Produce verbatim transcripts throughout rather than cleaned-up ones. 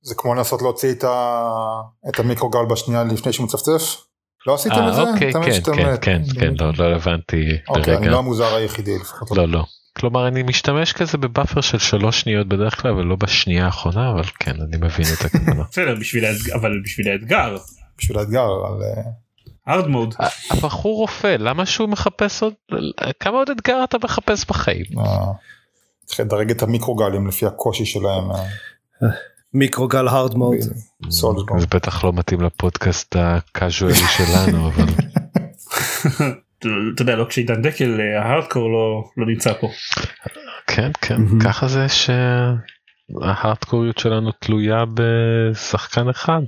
זה כמו לנסות להוציא את המיקרוגל בשנייה לפני שמצפצף? לא עשיתם את זה? אוקיי, כן, כן, כן, כן, לא הבנתי אוקיי, אני לא המוזר היחידי לפחות. לא, לא. כלומר, אני משתמש כזה בבאפר של שלוש שניות בדרך כלל, ולא בשנייה האחרונה, אבל כן, אני מבין את הכוונה. בסדר, אבל בשביל האתגר. בשביל האתגר, על... hard mode. הבחור רופא, למה שהוא מחפש עוד, כמה עוד אתגר אתה מחפש בחיים? צריך לדרג את המיקרוגלים לפי הקושי שלהם. מיקרוגל hard mode. זה בטח לא מתאים לפודקאסט הקאזואלי שלנו, אבל... אתה יודע, לא כשעידן דקל, ההארדקור לא נמצא פה. כן, כן, ככה זה שההארדקוריות שלנו תלויה בשחקן אחד.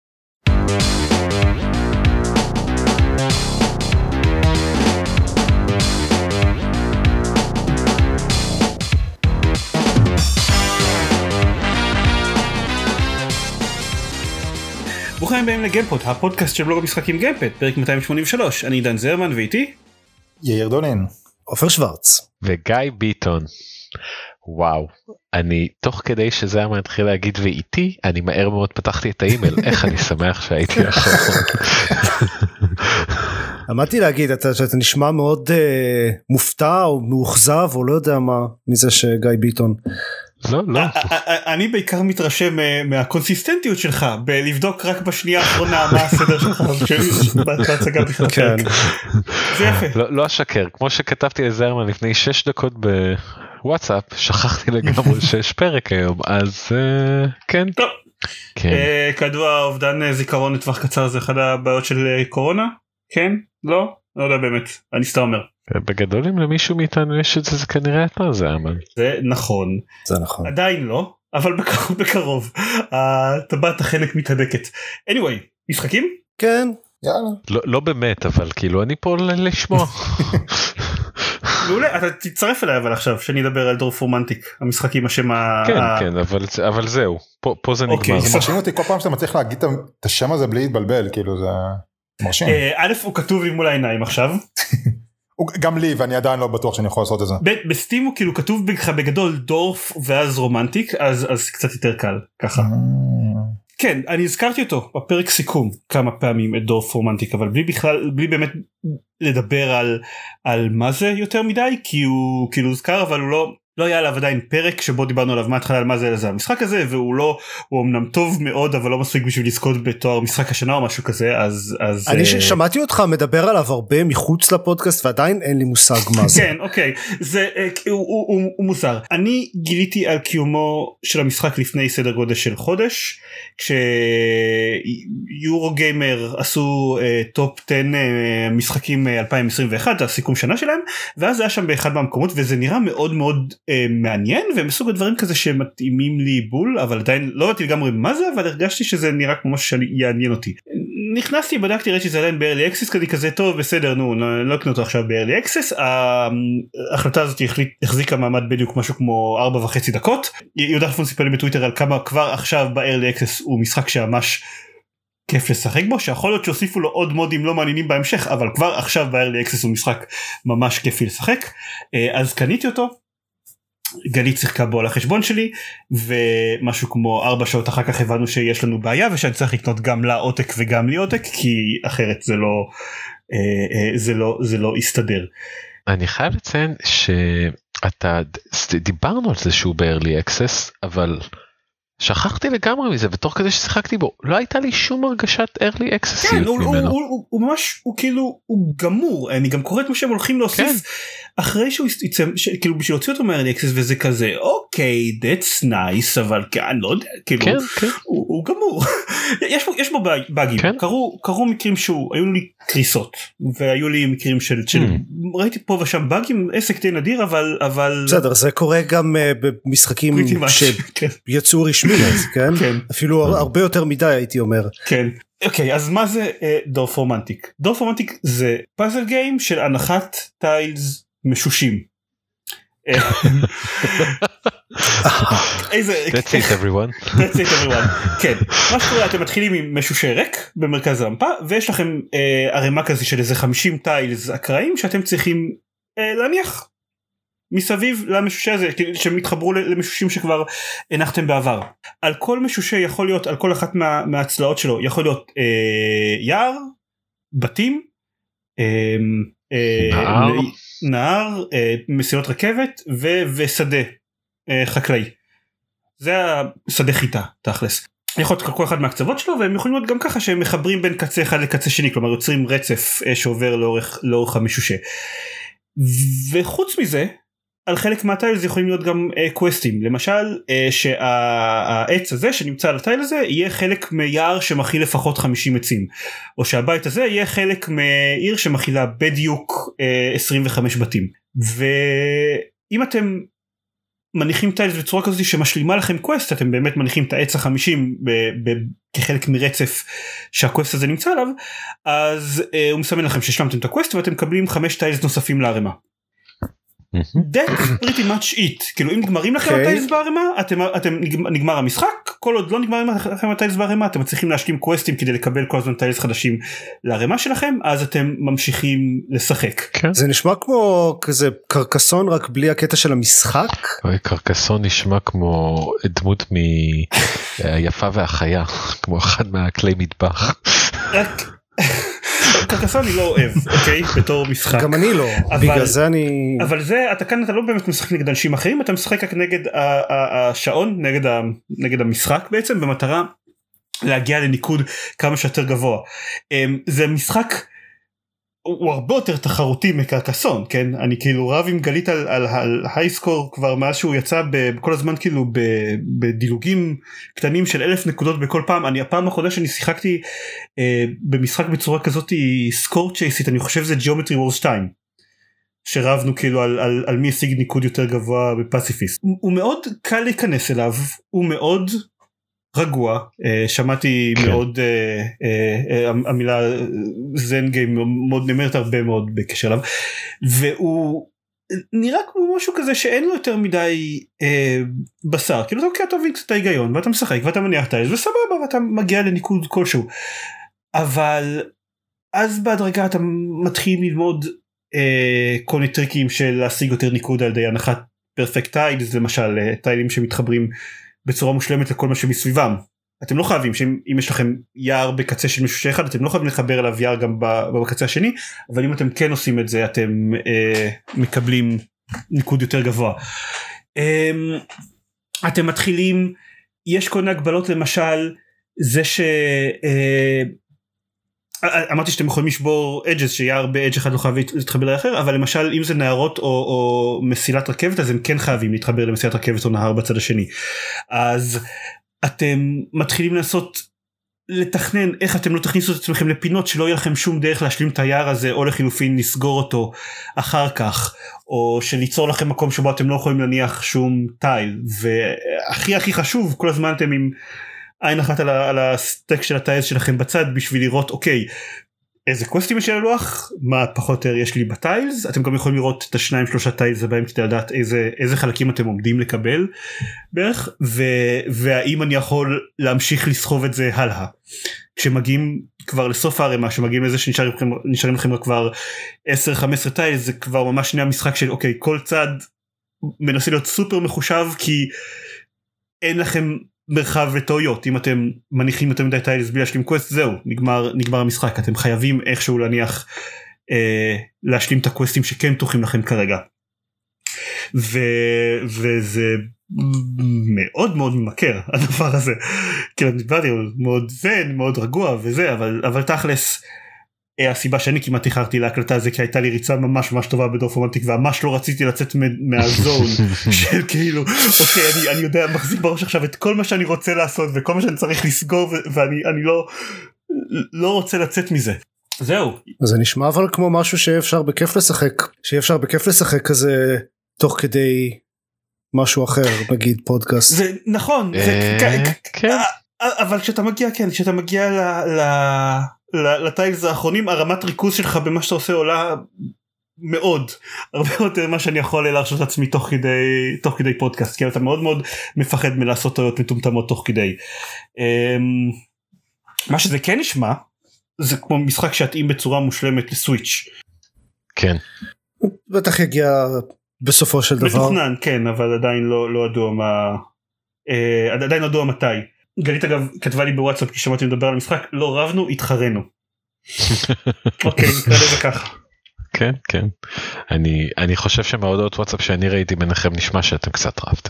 ברוכים הבאים לגיימפוד, הפודקאסט של בלוג המשחקים גיימפד, פרק מאתיים שמונים ושלוש. אני עידן זרמן ואיתי יאיר דונין, עופר שוורץ וגיא ביטון. וואו, אני תוך כדי שזה היה מתחיל להגיד ואיתי, אני מהר מאוד פתחתי את האימייל. איך אני שמח שהייתי אחרון. עמדתי להגיד, אתה, אתה נשמע מאוד אה, מופתע או מאוכזב או לא יודע מה מזה שגיא ביטון. לא, לא. אני בעיקר מתרשם מהקונסיסטנטיות שלך בלבדוק רק בשנייה האחרונה מה הסדר שלך בהצגה בכלל. כן. זה יפה. לא אשקר, כמו שכתבתי לזרמן לפני שש דקות בוואטסאפ, שכחתי לגמרי שיש פרק היום, אז כן. טוב. כדוע, אובדן זיכרון לטווח קצר זה אחד הבעיות של קורונה? כן? לא? לא יודע באמת, אני סתם אומר. בגדול אם למישהו מאיתנו יש את זה, זה כנראה אתה זה אמן. זה נכון. זה נכון. עדיין לא, אבל בקרוב, בקרוב. הטבעת החנק מתהדקת. anyway, משחקים? כן. יאללה. לא, לא באמת, אבל כאילו אני פה לשמוע. מעולה, אתה תצטרף אליי אבל עכשיו, שאני אדבר על דורף רומנטיק, המשחקים השם ה... כן, כן, אבל, אבל זהו, פה, פה זה נגמר. זה מרשים אותי כל פעם שאתה מצליח להגיד את השם הזה בלי להתבלבל, כאילו זה מרשים. א', הוא כתוב לי מול העיניים עכשיו. גם לי, ואני עדיין לא בטוח שאני יכול לעשות את זה. בסטים הוא כאילו כתוב בגדול דורף ואז רומנטיק, אז, אז קצת יותר קל, ככה. כן, אני הזכרתי אותו בפרק סיכום כמה פעמים את דורף רומנטיק, אבל בלי בכלל, בלי באמת לדבר על, על מה זה יותר מדי, כי הוא כאילו הוזכר, אבל הוא לא, לא היה עליו עדיין פרק שבו דיברנו עליו מההתחלה על מה זה, זה המשחק הזה, והוא לא, הוא אמנם טוב מאוד, אבל לא מספיק בשביל לזכות בתואר משחק השנה או משהו כזה, אז... אז אני uh... שמעתי אותך מדבר עליו הרבה מחוץ לפודקאסט, ועדיין אין לי מושג מה זה. כן, אוקיי, זה, הוא, הוא, הוא, הוא מוזר. אני גיליתי על קיומו של המשחק לפני סדר גודל של חודש, כשיורו גיימר עשו uh, טופ עשר uh, משחקים אלפיים עשרים ואחת, הסיכום שנה שלהם, ואז היה שם באחד מהמקומות, וזה נראה מאוד מאוד מעניין, ומסוג הדברים כזה שמתאימים לי בול, אבל עדיין לא יודעתי לגמרי מה זה, אבל הרגשתי שזה נראה כמו שיעניין אותי. נכנסתי, בדקתי, ראיתי שזה עדיין ב-Early Access, כדי כזה טוב, בסדר, נו, לא אקנה אותו עכשיו ב-Early Access. ההחלטה הזאת החזיקה מעמד בדיוק משהו כמו ארבע וחצי דקות. יהודה חפון סיפר לי בטוויטר על כמה כבר עכשיו ב-Early Access הוא משחק שממש כיף לשחק בו, שיכול להיות שהוסיפו לו עוד מודים לא מעניינים בהמשך, אבל כבר עכשיו ב-Early Access הוא משחק ממש כיפי לשחק. אז קניתי אותו. גלית שיחקה בו על החשבון שלי, ומשהו כמו ארבע שעות אחר כך הבנו שיש לנו בעיה, ושאני צריך לקנות גם לה עותק וגם לי עותק, כי אחרת זה לא, זה לא, זה לא יסתדר. אני חייב לציין שאתה, דיברנו על זה שהוא ב-Early Access, אבל שכחתי לגמרי מזה, ותוך כדי ששיחקתי בו, לא הייתה לי שום הרגשת early access כן, ממנו. הוא, הוא, הוא, הוא ממש, הוא כאילו, הוא גמור, אני גם קורא את מה שהם הולכים להוסיף, כן. אחרי שהוא יצא, כאילו בשביל להוציא אותו מה-early access, וזה כזה, אוקיי, that's nice, אבל אני לא יודע, כאילו, כן, כן. הוא, הוא גמור. יש בו, יש בו באגים, כן. קרו, קרו מקרים שהוא, היו לי קריסות, והיו לי מקרים של, של mm. ראיתי פה ושם באגים, עסק די נדיר, אבל, אבל... בסדר, זה קורה גם uh, במשחקים שיצאו רשמי. כן? כן. אפילו הרבה יותר מדי הייתי אומר. כן. אוקיי, אז מה זה דורף רומנטיק? דורף רומנטיק זה פאזל גיים של הנחת טיילס משושים. That's it everyone. That's it everyone. כן. מה שקורה, אתם מתחילים עם משושי ריק במרכז המפה, ויש לכם ערימה כזה של איזה חמישים טיילס אקראיים שאתם צריכים להניח. מסביב למשושה הזה, שמתחברו למשושים שכבר הנחתם בעבר. על כל משושה יכול להיות, על כל אחת מה, מהצלעות שלו, יכול להיות אה, יער, בתים, אה, נהר, אה, נהר אה, מסילות רכבת ו, ושדה אה, חקלאי. זה השדה חיטה, תכלס. יכול להיות כל אחד מהקצוות שלו, והם יכולים להיות גם ככה שהם מחברים בין קצה אחד לקצה שני, כלומר יוצרים רצף שעובר לאורך, לאורך המשושה. וחוץ מזה, על חלק מהטיילס יכולים להיות גם uh, קווסטים, למשל uh, שהעץ הזה שנמצא על הטייל הזה יהיה חלק מיער שמכיל לפחות חמישים עצים, או שהבית הזה יהיה חלק מעיר שמכילה בדיוק uh, עשרים וחמישה בתים. ואם אתם מניחים טיילס בצורה כזאת שמשלימה לכם קווסט, אתם באמת מניחים את העץ החמישים ב- ב- כחלק מרצף שהקווסט הזה נמצא עליו, אז uh, הוא מסמן לכם ששלמתם את הקווסט ואתם מקבלים חמש טיילס נוספים לערימה. That's pretty much it. כאילו אם נגמרים לכם הטיילס בערימה, אתם, אתם נגמר המשחק. כל עוד לא נגמרים לכם הטיילס בערימה, אתם צריכים להשלים קווסטים כדי לקבל כל הזמן טיילס חדשים לערימה שלכם, אז אתם ממשיכים לשחק. זה נשמע כמו כזה קרקסון רק בלי הקטע של המשחק. קרקסון נשמע כמו דמות מיפה והחיה, כמו אחד מהכלי מטבח. רק קרקסון אני לא אוהב, אוקיי? בתור משחק. גם אני לא, בגלל זה אני... אבל זה, אתה כאן, אתה לא באמת משחק נגד אנשים אחרים, אתה משחק רק נגד השעון, נגד המשחק בעצם, במטרה להגיע לניקוד כמה שיותר גבוה. זה משחק, הוא הרבה יותר תחרותי מקרקסון, כן? אני כאילו רב עם גלית על, על, על הייסקור כבר מאז שהוא יצא בכל הזמן כאילו בדילוגים קטנים של אלף נקודות בכל פעם. אני הפעם האחרונה שאני שיחקתי אה, במשחק בצורה כזאת סקור צ'ייסית, אני חושב זה Geometry Wars שתיים, שרבנו כאילו על, על, על מי השיג ניקוד יותר גבוה בפסיפיסט. הוא, הוא מאוד קל להיכנס אליו, הוא מאוד רגוע, שמעתי מאוד, המילה זן גיים מאוד נאמרת הרבה מאוד בקשר אליו, והוא נראה כמו משהו כזה שאין לו יותר מדי בשר, כאילו אתה לוקח תבין קצת ההיגיון ואתה משחק ואתה מניח טיילס וסבבה ואתה מגיע לניקוד כלשהו, אבל אז בהדרגה אתה מתחיל ללמוד כל מיני טריקים של להשיג יותר ניקוד על ידי הנחת פרפקט טיילס, למשל טיילים שמתחברים בצורה מושלמת לכל מה שמסביבם. אתם לא חייבים שאם יש לכם יער בקצה של מישהו שאחד, אתם לא חייבים לחבר אליו יער גם בקצה השני, אבל אם אתם כן עושים את זה, אתם אה, מקבלים ניקוד יותר גבוה. אה, אתם מתחילים, יש כל מיני הגבלות, למשל, זה ש... אה, אמרתי שאתם יכולים לשבור אדג'ס, שיער באדג' אחד לא חייב להתחבר לאחר, אבל למשל אם זה נהרות או, או מסילת רכבת, אז הם כן חייבים להתחבר למסילת רכבת או נהר בצד השני. אז אתם מתחילים לעשות, לתכנן איך אתם לא תכניסו את עצמכם לפינות, שלא יהיה לכם שום דרך להשלים את היער הזה, או לחילופין לסגור אותו אחר כך, או שליצור לכם מקום שבו אתם לא יכולים להניח שום טייל. והכי הכי חשוב, כל הזמן אתם עם עין אחת על, על הסטק של הטיילס שלכם בצד, בשביל לראות אוקיי, איזה קווסטים יש לי על הלוח, מה פחות או יותר יש לי בטיילס. אתם גם יכולים לראות את השניים שלושה טיילס הבאים כדי לדעת איזה, איזה חלקים אתם עומדים לקבל בערך, ו, והאם אני יכול להמשיך לסחוב את זה הלאה. כשמגיעים כבר לסוף הערימה, שמגיעים לזה שנשארים לכם כבר עשר חמש עשרה טיילס, זה כבר ממש שני המשחק של אוקיי, כל צד מנסה להיות סופר מחושב, כי אין לכם מרחב וטעויות. אם אתם מניחים יותר מדי טיילס בלי להשלים קווסט, זהו, נגמר, נגמר המשחק. אתם חייבים איכשהו להניח אה, להשלים את הקווסטים שכן תוכים לכם כרגע. ו, וזה מאוד מאוד ממכר הדבר הזה. כאילו דיברתי, מאוד זן, מאוד רגוע וזה, אבל, אבל תכלס, הסיבה שאני כמעט איחרתי להקלטה זה כי הייתה לי ריצה ממש ממש טובה בדורף רומנטיק, וממש לא רציתי לצאת מהזון של כאילו אוקיי, אני, אני יודע, מחזיק בראש עכשיו את כל מה שאני רוצה לעשות וכל מה שאני צריך לסגור, ואני אני לא לא רוצה לצאת מזה. זהו. זה נשמע אבל כמו משהו שאפשר בכיף לשחק, שאפשר בכיף לשחק כזה תוך כדי משהו אחר, נגיד פודקאסט. זה נכון, אבל כשאתה מגיע, כן, כשאתה מגיע ל... לטיילס האחרונים, הרמת ריכוז שלך במה שאתה עושה עולה מאוד, הרבה יותר מה שאני יכול להרשות לעצמי תוך כדי, תוך כדי פודקאסט, כי אתה מאוד מאוד מפחד מלעשות טעויות מטומטמות תוך כדי. מה שזה כן נשמע, זה כמו משחק שיתאים בצורה מושלמת לסוויץ'. כן. בטח יגיע בסופו של דבר. מתוכנן, כן, אבל עדיין לא, לא ידוע מה, אה, עדיין לא ידוע מתי. גלית אגב כתבה לי בוואטסאפ כי שמעתי לדבר על המשחק, לא רבנו, התחרנו. אוקיי, נקרא לזה ככה. כן, כן. אני, אני חושב שמהודעות וואטסאפ שאני ראיתי ביניכם נשמע שאתם קצת רבתם.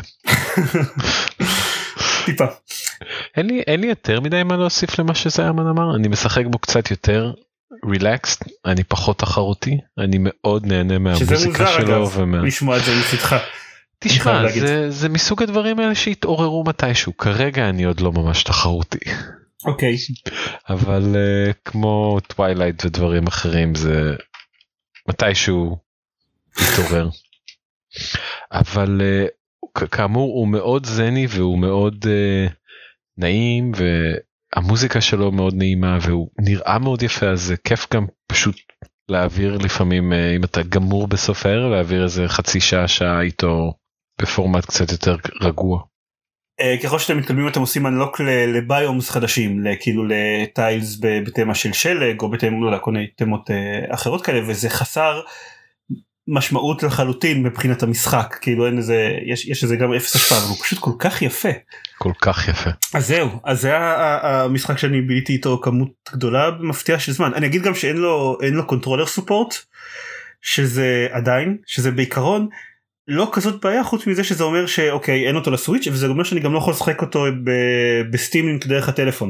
טיפה. אין לי, אין לי יותר מדי מה להוסיף למה שזיירמן אמר, אני משחק בו קצת יותר רילקסט, אני פחות תחרותי, אני מאוד נהנה מהמוזיקה שלו. ומה... לשמוע את זה מצדך. תשמע, זה, זה מסוג הדברים האלה שהתעוררו מתישהו, כרגע אני עוד לא ממש תחרותי. אוקיי. אבל uh, כמו טווילייט ודברים אחרים, זה מתישהו התעורר. אבל uh, כאמור הוא מאוד זני והוא מאוד uh, נעים, והמוזיקה שלו מאוד נעימה, והוא נראה מאוד יפה, אז זה כיף גם פשוט להעביר לפעמים, uh, אם אתה גמור בסוף הערב, להעביר איזה חצי שעה, שעה איתו, בפורמט קצת יותר רגוע. ככל שאתם מתקדמים אתם עושים אנלוק לביומס חדשים, כאילו לטיילס בתמה של שלג או בתמות אחרות כאלה, וזה חסר משמעות לחלוטין מבחינת המשחק, כאילו אין איזה, יש, יש איזה גם אפס השפעה, אבל הוא פשוט כל כך יפה. כל כך יפה. אז זהו, אז זה המשחק שאני ביליתי איתו כמות גדולה במפתיע של זמן. אני אגיד גם שאין לו, אין לו קונטרולר סופורט, שזה עדיין, שזה בעיקרון, לא כזאת בעיה, חוץ מזה שזה אומר שאוקיי, אין אותו לסוויץ', וזה אומר שאני גם לא יכול לשחק אותו בסטים לינק דרך הטלפון.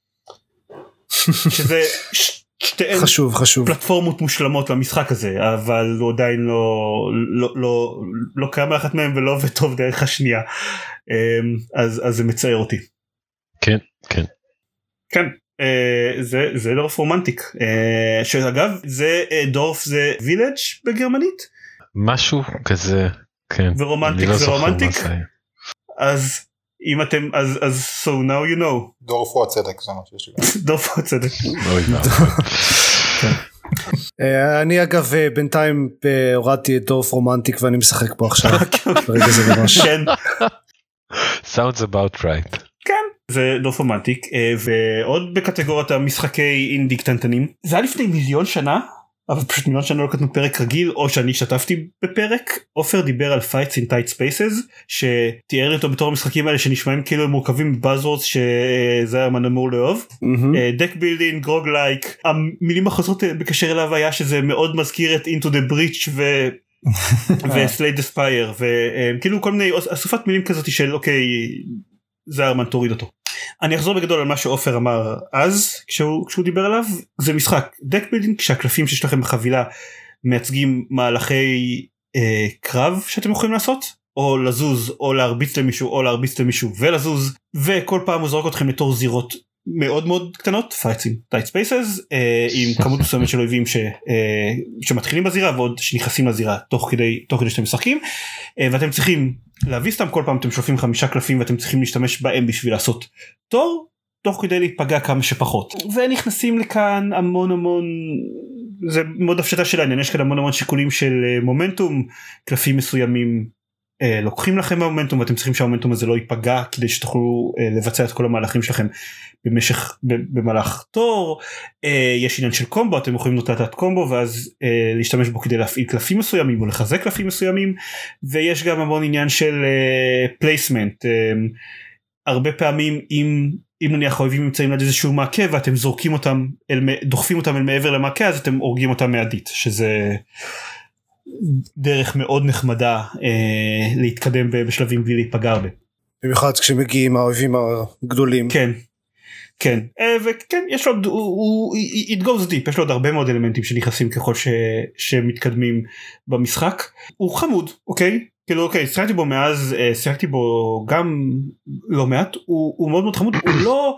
שזה שתיהן חשוב, חשוב. פלטפורמות מושלמות למשחק הזה, אבל הוא עדיין לא, לא, לא, לא קיים לאחת מהם ולא עובד טוב דרך השנייה. אז, אז זה מצער אותי. כן, כן. כן, זה, זה דורף רומנטיק. שאגב, זה דורף זה וילג' בגרמנית? משהו כזה, כן. ורומנטיק זה רומנטיק? אז אם אתם, אז, אז so now you know. דורף הוא הצדק, זה מה שיש לי. דורף הוא הצדק. אני אגב בינתיים הורדתי את דורף רומנטיק ואני משחק פה עכשיו. ברגע זה ממש. כן. Sounds about right. כן. זה דורף רומנטיק, ועוד בקטגוריית המשחקי אינדי קטנטנים. זה היה לפני מיליון שנה. אבל פשוט מיליון שנה לא כתנו פרק רגיל, או שאני השתתפתי בפרק. אופר דיבר על Fights in Tight Spaces, שתיאר אותו בתור המשחקים האלה שנשמעים כאילו הם מורכבים בבאזוורדס שזה היה אמור לאהוב. דק בילדינג, גרוג לייק, המילים החוזרות בקשר אליו היה שזה מאוד מזכיר את Into the Breach ו... ו-Slay the Spire, וכאילו כל מיני אסופת מילים כזאת של אוקיי, זה הרמן תוריד אותו. אני אחזור בגדול על מה שאופר אמר אז כשהוא, כשהוא דיבר עליו. זה משחק דק בילדינג כשהקלפים שיש לכם בחבילה מייצגים מהלכי אה, קרב שאתם יכולים לעשות, או לזוז או להרביץ למישהו או להרביץ למישהו ולזוז, וכל פעם הוא זורק אתכם לתור זירות מאוד מאוד קטנות, Fights in Tight Spaces, אה, עם כמות מסוימת של אויבים ש, אה, שמתחילים בזירה ועוד שנכנסים לזירה תוך כדי, תוך כדי שאתם משחקים, אה, ואתם צריכים להביא סתם, כל פעם אתם שולפים חמישה קלפים ואתם צריכים להשתמש בהם בשביל לעשות תור, תוך כדי להיפגע כמה שפחות, ונכנסים לכאן המון המון, זה מאוד הפשטה של העניין, יש כאן המון המון שיקולים של מומנטום, קלפים מסוימים אה, לוקחים לכם מהמומנטום ואתם צריכים שהמומנטום הזה לא ייפגע כדי שתוכלו אה, לבצע את כל המהלכים שלכם במשך, במהלך תור. אה, יש עניין של קומבו, אתם יכולים נוטט קומבו ואז אה, להשתמש בו כדי להפעיל קלפים מסוימים או לחזק קלפים מסוימים, ויש גם המון עניין של פלייסמנט. אה, אה, הרבה פעמים אם, אם נניח האויבים נמצאים ליד איזשהו מעקה ואתם זורקים אותם, אל, דוחפים אותם אל מעבר למעקה, אז אתם הורגים אותם מהדית, שזה דרך מאוד נחמדה אה, להתקדם בשלבים בלי להיפגע הרבה. במיוחד כשמגיעים האויבים הגדולים. כן, כן, אה, וכן, יש לו, הוא, הוא, it goes deep, יש לו עוד הרבה מאוד אלמנטים שנכנסים ככל ש, שמתקדמים במשחק. הוא חמוד, אוקיי? כאילו, אוקיי, שיחקתי בו מאז, שיחקתי בו גם לא מעט, הוא, הוא מאוד מאוד חמוד, הוא לא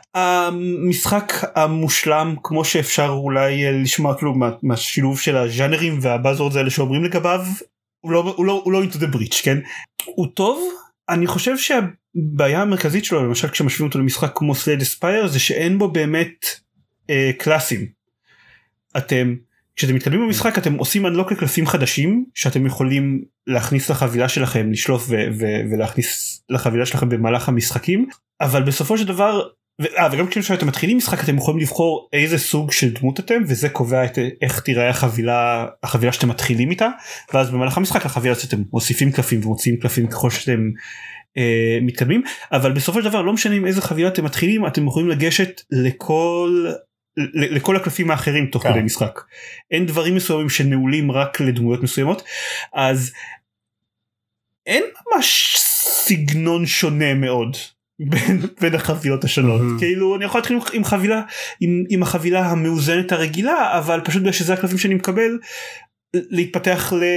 המשחק המושלם כמו שאפשר אולי לשמוע כאילו מה, מהשילוב של הז'אנרים והבאזוורדס האלה שאומרים לגביו, הוא לא, הוא לא, הוא לא into the breach, כן? הוא טוב, אני חושב שהבעיה המרכזית שלו, למשל כשמשווים אותו למשחק כמו Slay the Spire, זה שאין בו באמת אה, קלאסים. אתם... כשאתם מתקדמים במשחק אתם עושים אנלוק לקלפים חדשים שאתם יכולים להכניס לחבילה שלכם, לשלוף ו- ו- ולהכניס לחבילה שלכם במהלך המשחקים, אבל בסופו של דבר וגם כשאתם מתחילים משחק אתם יכולים לבחור איזה סוג של דמות אתם, וזה קובע את איך תיראה החבילה, החבילה שאתם מתחילים איתה, ואז במהלך המשחק לחבילה שאתם מוסיפים קלפים ומוציאים קלפים ככל שאתם אה, מתקדמים, אבל בסופו של דבר לא משנה עם איזה חבילה אתם מתחילים, אתם יכולים לגשת לכל, לכל הקלפים האחרים תוך כדי משחק. אין דברים מסוימים שנעולים רק לדמויות מסוימות, אז אין ממש סגנון שונה מאוד בין, בין החבילות השונות. Mm-hmm. כאילו אני יכול להתחיל עם חבילה, עם, עם החבילה המאוזנת הרגילה, אבל פשוט בגלל שזה הקלפים שאני מקבל, להתפתח ל,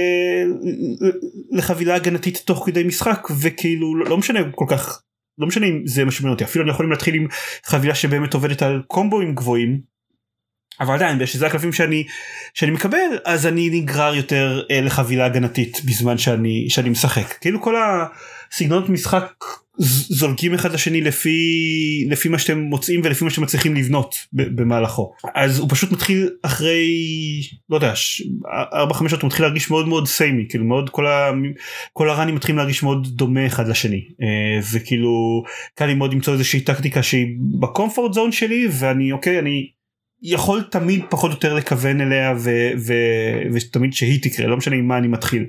לחבילה הגנתית תוך כדי משחק, וכאילו לא, לא משנה כל כך, לא משנה אם זה משמעון אותי, אפילו אני יכולים להתחיל עם חבילה שבאמת עובדת על קומבואים גבוהים, אבל עדיין, בשביל הקלפים שאני, שאני מקבל, אז אני נגרר יותר אה, לחבילה הגנתית בזמן שאני, שאני משחק. כאילו כל הסגנונות משחק זולגים אחד לשני לפי, לפי מה שאתם מוצאים ולפי מה שאתם מצליחים לבנות במהלכו. אז הוא פשוט מתחיל אחרי, לא יודע, ארבע חמש שעות הוא מתחיל להרגיש מאוד מאוד סיימי, כאילו מאוד, כל, ה, כל הרנים מתחילים להרגיש מאוד דומה אחד לשני. אה, וכאילו, קל לי מאוד למצוא איזושהי טקטיקה שהיא בקומפורט זון שלי, ואני, אוקיי, אני... יכול תמיד פחות או יותר לכוון אליה ו- ו- ותמיד שהיא תקרה, לא משנה עם מה אני מתחיל,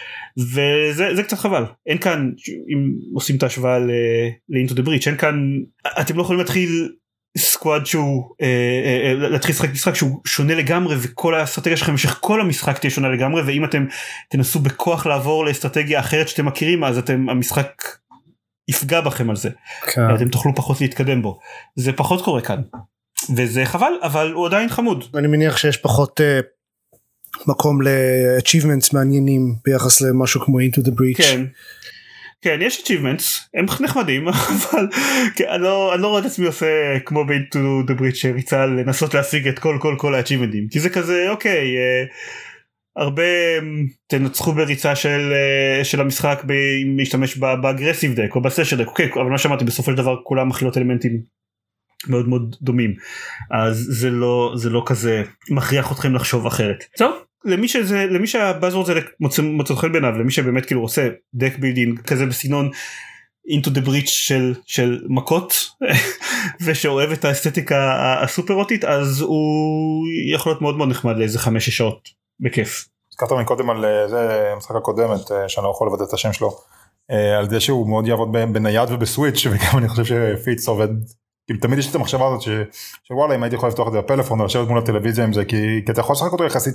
וזה זה קצת חבל. אין כאן, אם עושים את ההשוואה ל-Into the Breach, אין כאן, אתם לא יכולים להתחיל סקואד שהוא, אה, אה, להתחיל לשחק משחק שהוא שונה לגמרי, וכל האסטרטגיה שלכם במשך כל המשחק תהיה שונה לגמרי, ואם אתם תנסו בכוח לעבור לאסטרטגיה אחרת שאתם מכירים, אז אתם, המשחק יפגע בכם על זה, כן. אתם תוכלו פחות להתקדם בו, זה פחות קורה כאן. וזה חבל, אבל הוא עדיין חמוד. אני מניח שיש פחות uh, מקום ל-achievements מעניינים ביחס למשהו כמו Into the Breach. כן, כן, יש achievements, הם נחמדים, אבל כן, אני, לא, אני לא רואה את עצמי עושה כמו ב-Into the Breach שריצה לנסות להשיג את כל כל כל ה-achievementsים, כי זה כזה, אוקיי, uh, הרבה תנצחו בריצה של, uh, של המשחק אם להשתמש באגרסיב דק או בסשן דק, אוקיי, אבל מה שמעתי, בסופו של דבר כולם מכילות אלמנטים מאוד מאוד דומים, אז זה לא, זה לא כזה מכריח אתכם לחשוב אחרת. טוב, למי שזה, למי שהבאזוורד זה מוצא, מוצא חן בעיניו, למי שבאמת כאילו עושה דק בילדינג כזה בסגנון Into the Breach של, של מכות, ושאוהב את האסתטיקה הסופרוטית, אז הוא יכול להיות מאוד מאוד נחמד לאיזה חמש שעות, בכיף. הזכרת מקודם על זה, המשחק הקודמת, שאני לא יכול לוודא את השם שלו, על זה שהוא מאוד יעבוד בנייד ובסוויץ', וגם אני חושב שפיץ עובד, כאילו תמיד יש את המחשבה הזאת ש... שוואלה אם הייתי יכול לפתוח את זה בפלאפון או לשבת מול הטלוויזיה עם זה, כי, כי אתה יכול לשחק אותו יחסית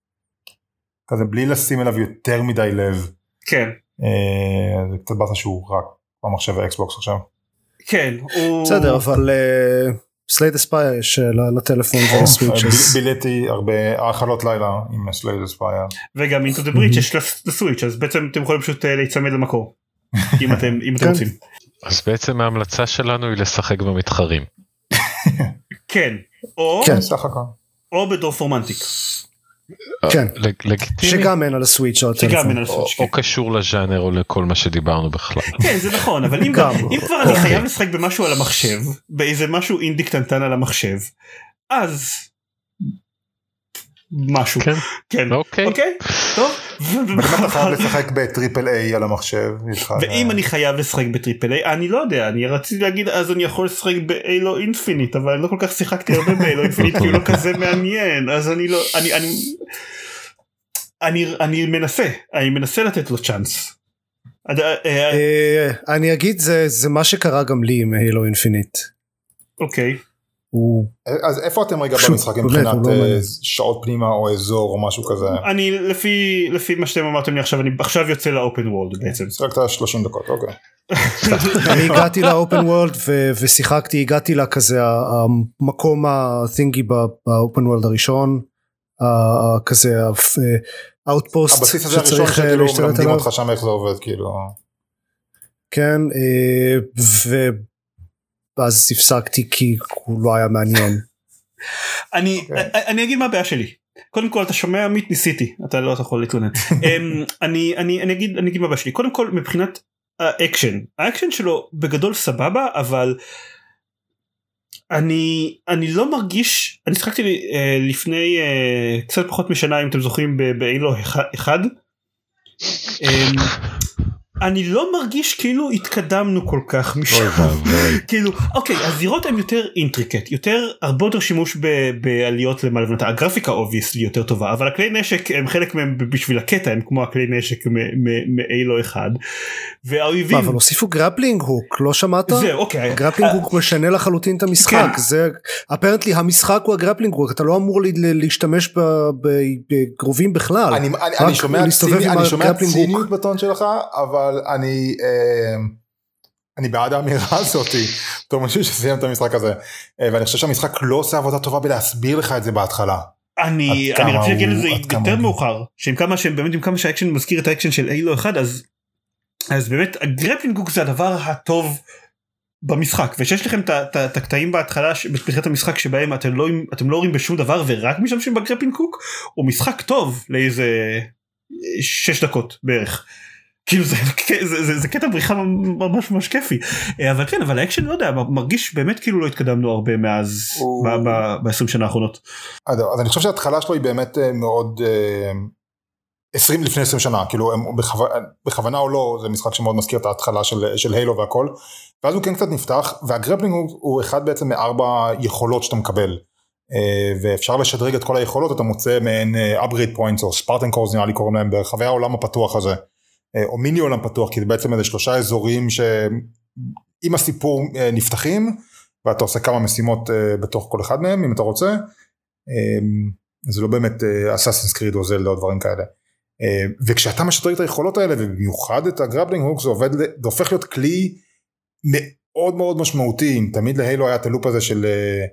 כזה בלי לשים אליו יותר מדי לב. כן. אה, זה קצת בעצה שהוא רק במחשב האקסבוקס עכשיו. כן. הוא... בסדר, אבל סלייד אספייר יש לטלפון ולסוויץ'. ביליתי הרבה האכלות לילה עם סלייד אספייר. וגם Into the Breach יש לסוויץ', אז בעצם אתם יכולים פשוט להיצמד למקור, אם אתם, אם אתם רוצים. אז בעצם ההמלצה שלנו היא לשחק במתחרים. כן, או כן, סך הכל. או בדורף רומנטיק. כן, לגיטימי. שגם אין על הסוויץ' או שגם אין על הסוויץ'. או קשור לז'אנר או לכל מה שדיברנו בכלל. כן, זה נכון, אבל אם כבר אני חייב לשחק במשהו על המחשב, באיזה משהו אינדי קטנטן על המחשב, אז משהו. כן. כן. אוקיי. אוקיי? טוב. ואם אתה חייב לשחק בטריפל איי על המחשב. ואם אני חייב לשחק בטריפל איי, אני לא יודע, אני רציתי להגיד אז אני יכול לשחק באילו אינפיניט, אבל אני לא כל כך שיחקתי הרבה באילו אינפיניט, כי הוא לא כזה מעניין, אז אני לא, אני, אני, אני, אני מנסה, אני מנסה לתת לו צ'אנס. אני אגיד, זה מה שקרה גם לי עם אילו אינפיניט. אוקיי. אז איפה אתם רגע במשחק מבחינת שעות פנימה או אזור או משהו כזה? אני לפי לפי מה שאתם אמרתם לי עכשיו, אני עכשיו יוצא לאופן וורלד בעצם. שחקת שלושים דקות, אוקיי. אני הגעתי לאופן וורלד ושיחקתי, הגעתי לה כזה המקום התינגי באופן וורלד הראשון, כזה האוטפוסט. הבסיס הזה הראשון שכאילו מלמדים אותך שם איך זה עובד כאילו. כן, ו... ואז הפסקתי כי הוא לא היה מעניין. אני, אני אגיד מה הבעיה שלי. קודם כל אתה שומע עמית, ניסיתי, אתה לא יכול להתלונן. אני, אני, אני אגיד, אני אגיד מה הבעיה שלי. קודם כל מבחינת האקשן, האקשן שלו בגדול סבבה, אבל אני, אני לא מרגיש, אני שחקתי לפני קצת פחות משנה, אם אתם זוכרים, באילו אחד, אני לא מרגיש כאילו התקדמנו כל כך משם. כאילו, אוקיי, הזירות הן יותר אינטריקט, יותר, הרבה יותר שימוש בעליות למעלה ומטה. הגרפיקה אובייסלי יותר טובה, אבל הכלי נשק הם חלק מהם בשביל הקטע, הם כמו הכלי נשק מאילו אחד. והאויבים... אבל הוסיפו גרפלינג הוק, לא שמעת? זהו, אוקיי. גרפלינג הוק משנה לחלוטין את המשחק. זה, אפרנטלי, המשחק הוא הגרפלינג הוק, אתה לא אמור להשתמש בגרובים בכלל. אני שומע ציניות בטון שלך, אבל אני אני בעד האמירה הזאת בתור משהו שסיים את המשחק הזה, ואני חושב שהמשחק לא עושה עבודה טובה בלהסביר לך את זה בהתחלה. אני אני רציתי להגיד לזה יותר מאוחר, שעם כמה שהם באמת עם כמה שהאקשן מזכיר את האקשן של אילו אחד, אז אז באמת הגרפלינג הוק זה הדבר הטוב במשחק, ושיש לכם את הקטעים בהתחלה בתחילת המשחק שבהם אתם לא אתם לא רואים בשום דבר ורק משתמשים בגרפלינג הוק, הוא משחק טוב לאיזה שש דקות בערך. כאילו זה, זה, זה, זה קטע בריחה ממש ממש כיפי, אבל כן, אבל האקשן לא יודע, מרגיש באמת כאילו לא התקדמנו הרבה מאז ב-עשרים שנה האחרונות. אז אני חושב שההתחלה שלו היא באמת מאוד עשרים לפני עשרים שנה, כאילו בכוונה או לא, זה משחק שמאוד מזכיר את ההתחלה של, של הילו והכל, ואז הוא כן קצת נפתח, והגרפלינג הוא, הוא אחד בעצם מארבע יכולות שאתה מקבל, ואפשר לשדרג את כל היכולות, אתה מוצא מעין upgrade points או ספרטן קורס נראה לי קוראים להם ברחבי העולם הפתוח הזה, או מיני עולם פתוח, כי זה בעצם איזה שלושה אזורים שעם הסיפור נפתחים, ואתה עושה כמה משימות בתוך כל אחד מהם, אם אתה רוצה, זה לא באמת Assassin's Creed או זלדה או דברים כאלה, וכשאתה משדרג את היכולות האלה, ובמיוחד את הגרפלינג הוק, זה עובד, זה הופך להיות כלי מאוד מאוד משמעותי, תמיד להילו היה את הלופ הזה של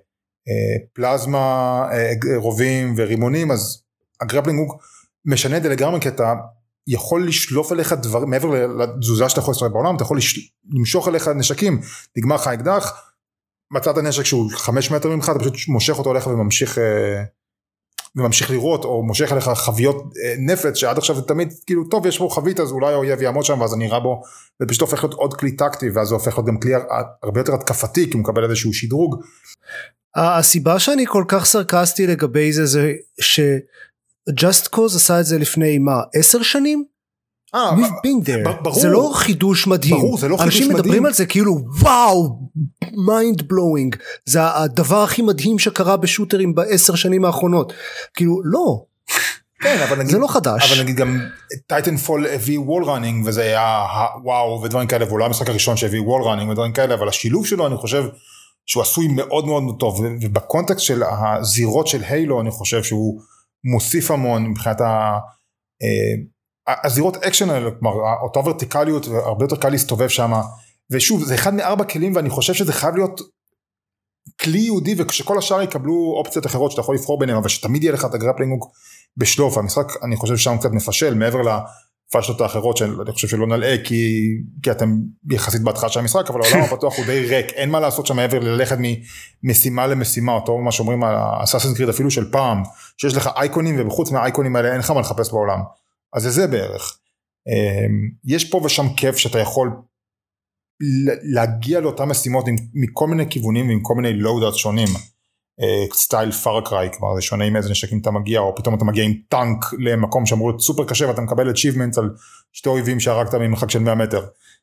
פלזמה, רובים ורימונים, אז הגרפלינג הוק משנה את זה לגמרי, כי אתה יכול לשלוף אליך דבר, מעבר לתזוזה שאתה יכול לעשות בעולם, אתה יכול למשוך אליך נשקים, נגמר לך אקדח, מצאת הנשק שהוא חמש מטר ממך, אתה פשוט מושך אותו אליך וממשיך, וממשיך לראות, או מושך אליך חביות נפץ, שעד עכשיו זה תמיד, כאילו, טוב, יש בו חבית, אז אולי האויב יעמוד שם, ואז אני אראה בו, ופשוט הופך להיות עוד כלי טקטי, ואז זה הופך להיות גם כלי הרבה יותר התקפתי, כי הוא מקבל איזשהו שדרוג. הסיבה שאני כל כך סרקסטי לגבי זה, זה ש... Just Cause עשה את זה לפני מה, עשר שנים? אה, ברור. זה לא חידוש מדהים. ברור, זה לא חידוש מדהים. אנשים מדברים על זה כאילו, וואו, mind blowing. זה הדבר הכי מדהים שקרה בשוטרים בעשר שנים האחרונות. כאילו, לא. כן, אבל נגיד, זה לא חדש. אבל נגיד גם Titanfall הביא wall running, וזה היה וואו, ודברים כאלה, והוא לא המשחק הראשון שהביא wall running, ודברים כאלה, אבל השילוב שלו, אני חושב, שהוא עשוי מאוד מאוד טוב, ובקונטקסט של הזירות של הילו, אני חושב שהוא מוסיף המון מבחינת הזירות אקשן האלה, כלומר, אותה ורטיקליות, והרבה יותר קל להסתובב שם, ושוב, זה אחד מארבע כלים, ואני חושב שזה חייב להיות כלי יהודי, וכשכל השאר יקבלו אופציות אחרות, שאתה יכול לבחור ביניהם, אבל שתמיד יהיה לך את הגרפלינג בשלוף, המשחק, אני חושב שם קצת מפשל, מעבר לפשלות האחרות, שאני חושב שלא נלאה, כי, כי אתם יחסית בהתחלה של המשחק, אבל העולם הפתוח הוא די ריק, אין מה לעשות שם מעבר ללכת ממשימה למשימה, אותו מה שאומרים על Assassin's Creed אפילו של פעם, שיש לך אייקונים, ובחוץ מהאייקונים האלה אין לך מה לחפש בעולם, אז זה זה בערך. יש פה ושם כיף שאתה יכול להגיע לאותן משימות מכל מיני כיוונים, ועם כל מיני לואודות שונים, סטייל פארקריי, כלומר זה שונה עם איזה נשקים אתה מגיע, או פתאום אתה מגיע עם טנק למקום שאמור להיות סופר קשה, ואתה מקבל achievements על שתי אויבים שהרגת ממרחק של מאה מטר.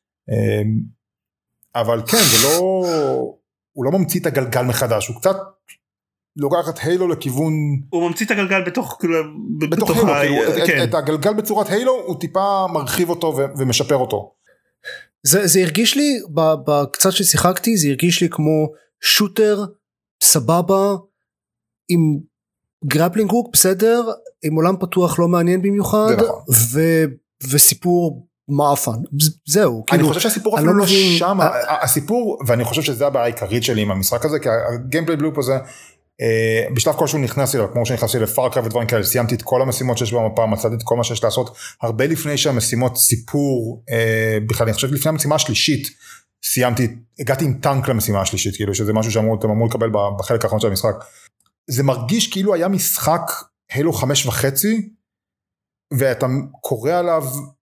אבל כן, זה לא, הוא לא ממציא את הגלגל מחדש, הוא קצת לוקח את הילו לכיוון... הוא ממציא את הגלגל בתוך... בתוך הילו, את הגלגל בצורת הילו, הוא טיפה מרחיב אותו ומשפר אותו. זה הרגיש לי, בקצת ששיחקתי, זה הרגיש לי כמו שוטר, סבבה, עם גרפלינג הוק, בסדר, עם עולם פתוח לא מעניין במיוחד, וסיפור מאפן, זהו. אני חושב שהסיפור אפילו לא שם, הסיפור, ואני חושב שזה הבעיה העיקרית שלי עם המשחק הזה, כי הגיימפליי בלופ הזה, בשלב כלשהו נכנסתי לו, כמו שנכנסתי לפארקריי ודברים כאלה, סיימתי את כל המשימות שיש במפה, מצאתי את כל מה שיש לעשות, הרבה לפני שהמשימות סיפור, בכלל אני חושב לפני המשימה השלישית, סיימתי, הגעתי עם טנק למשימה השלישית, כאילו שזה משהו שאמרו, אתם אמרו לקבל בחלק האחרון של המשחק, זה מרגיש כאילו היה משחק הילו חמש וחצי, ואתה קורא עליו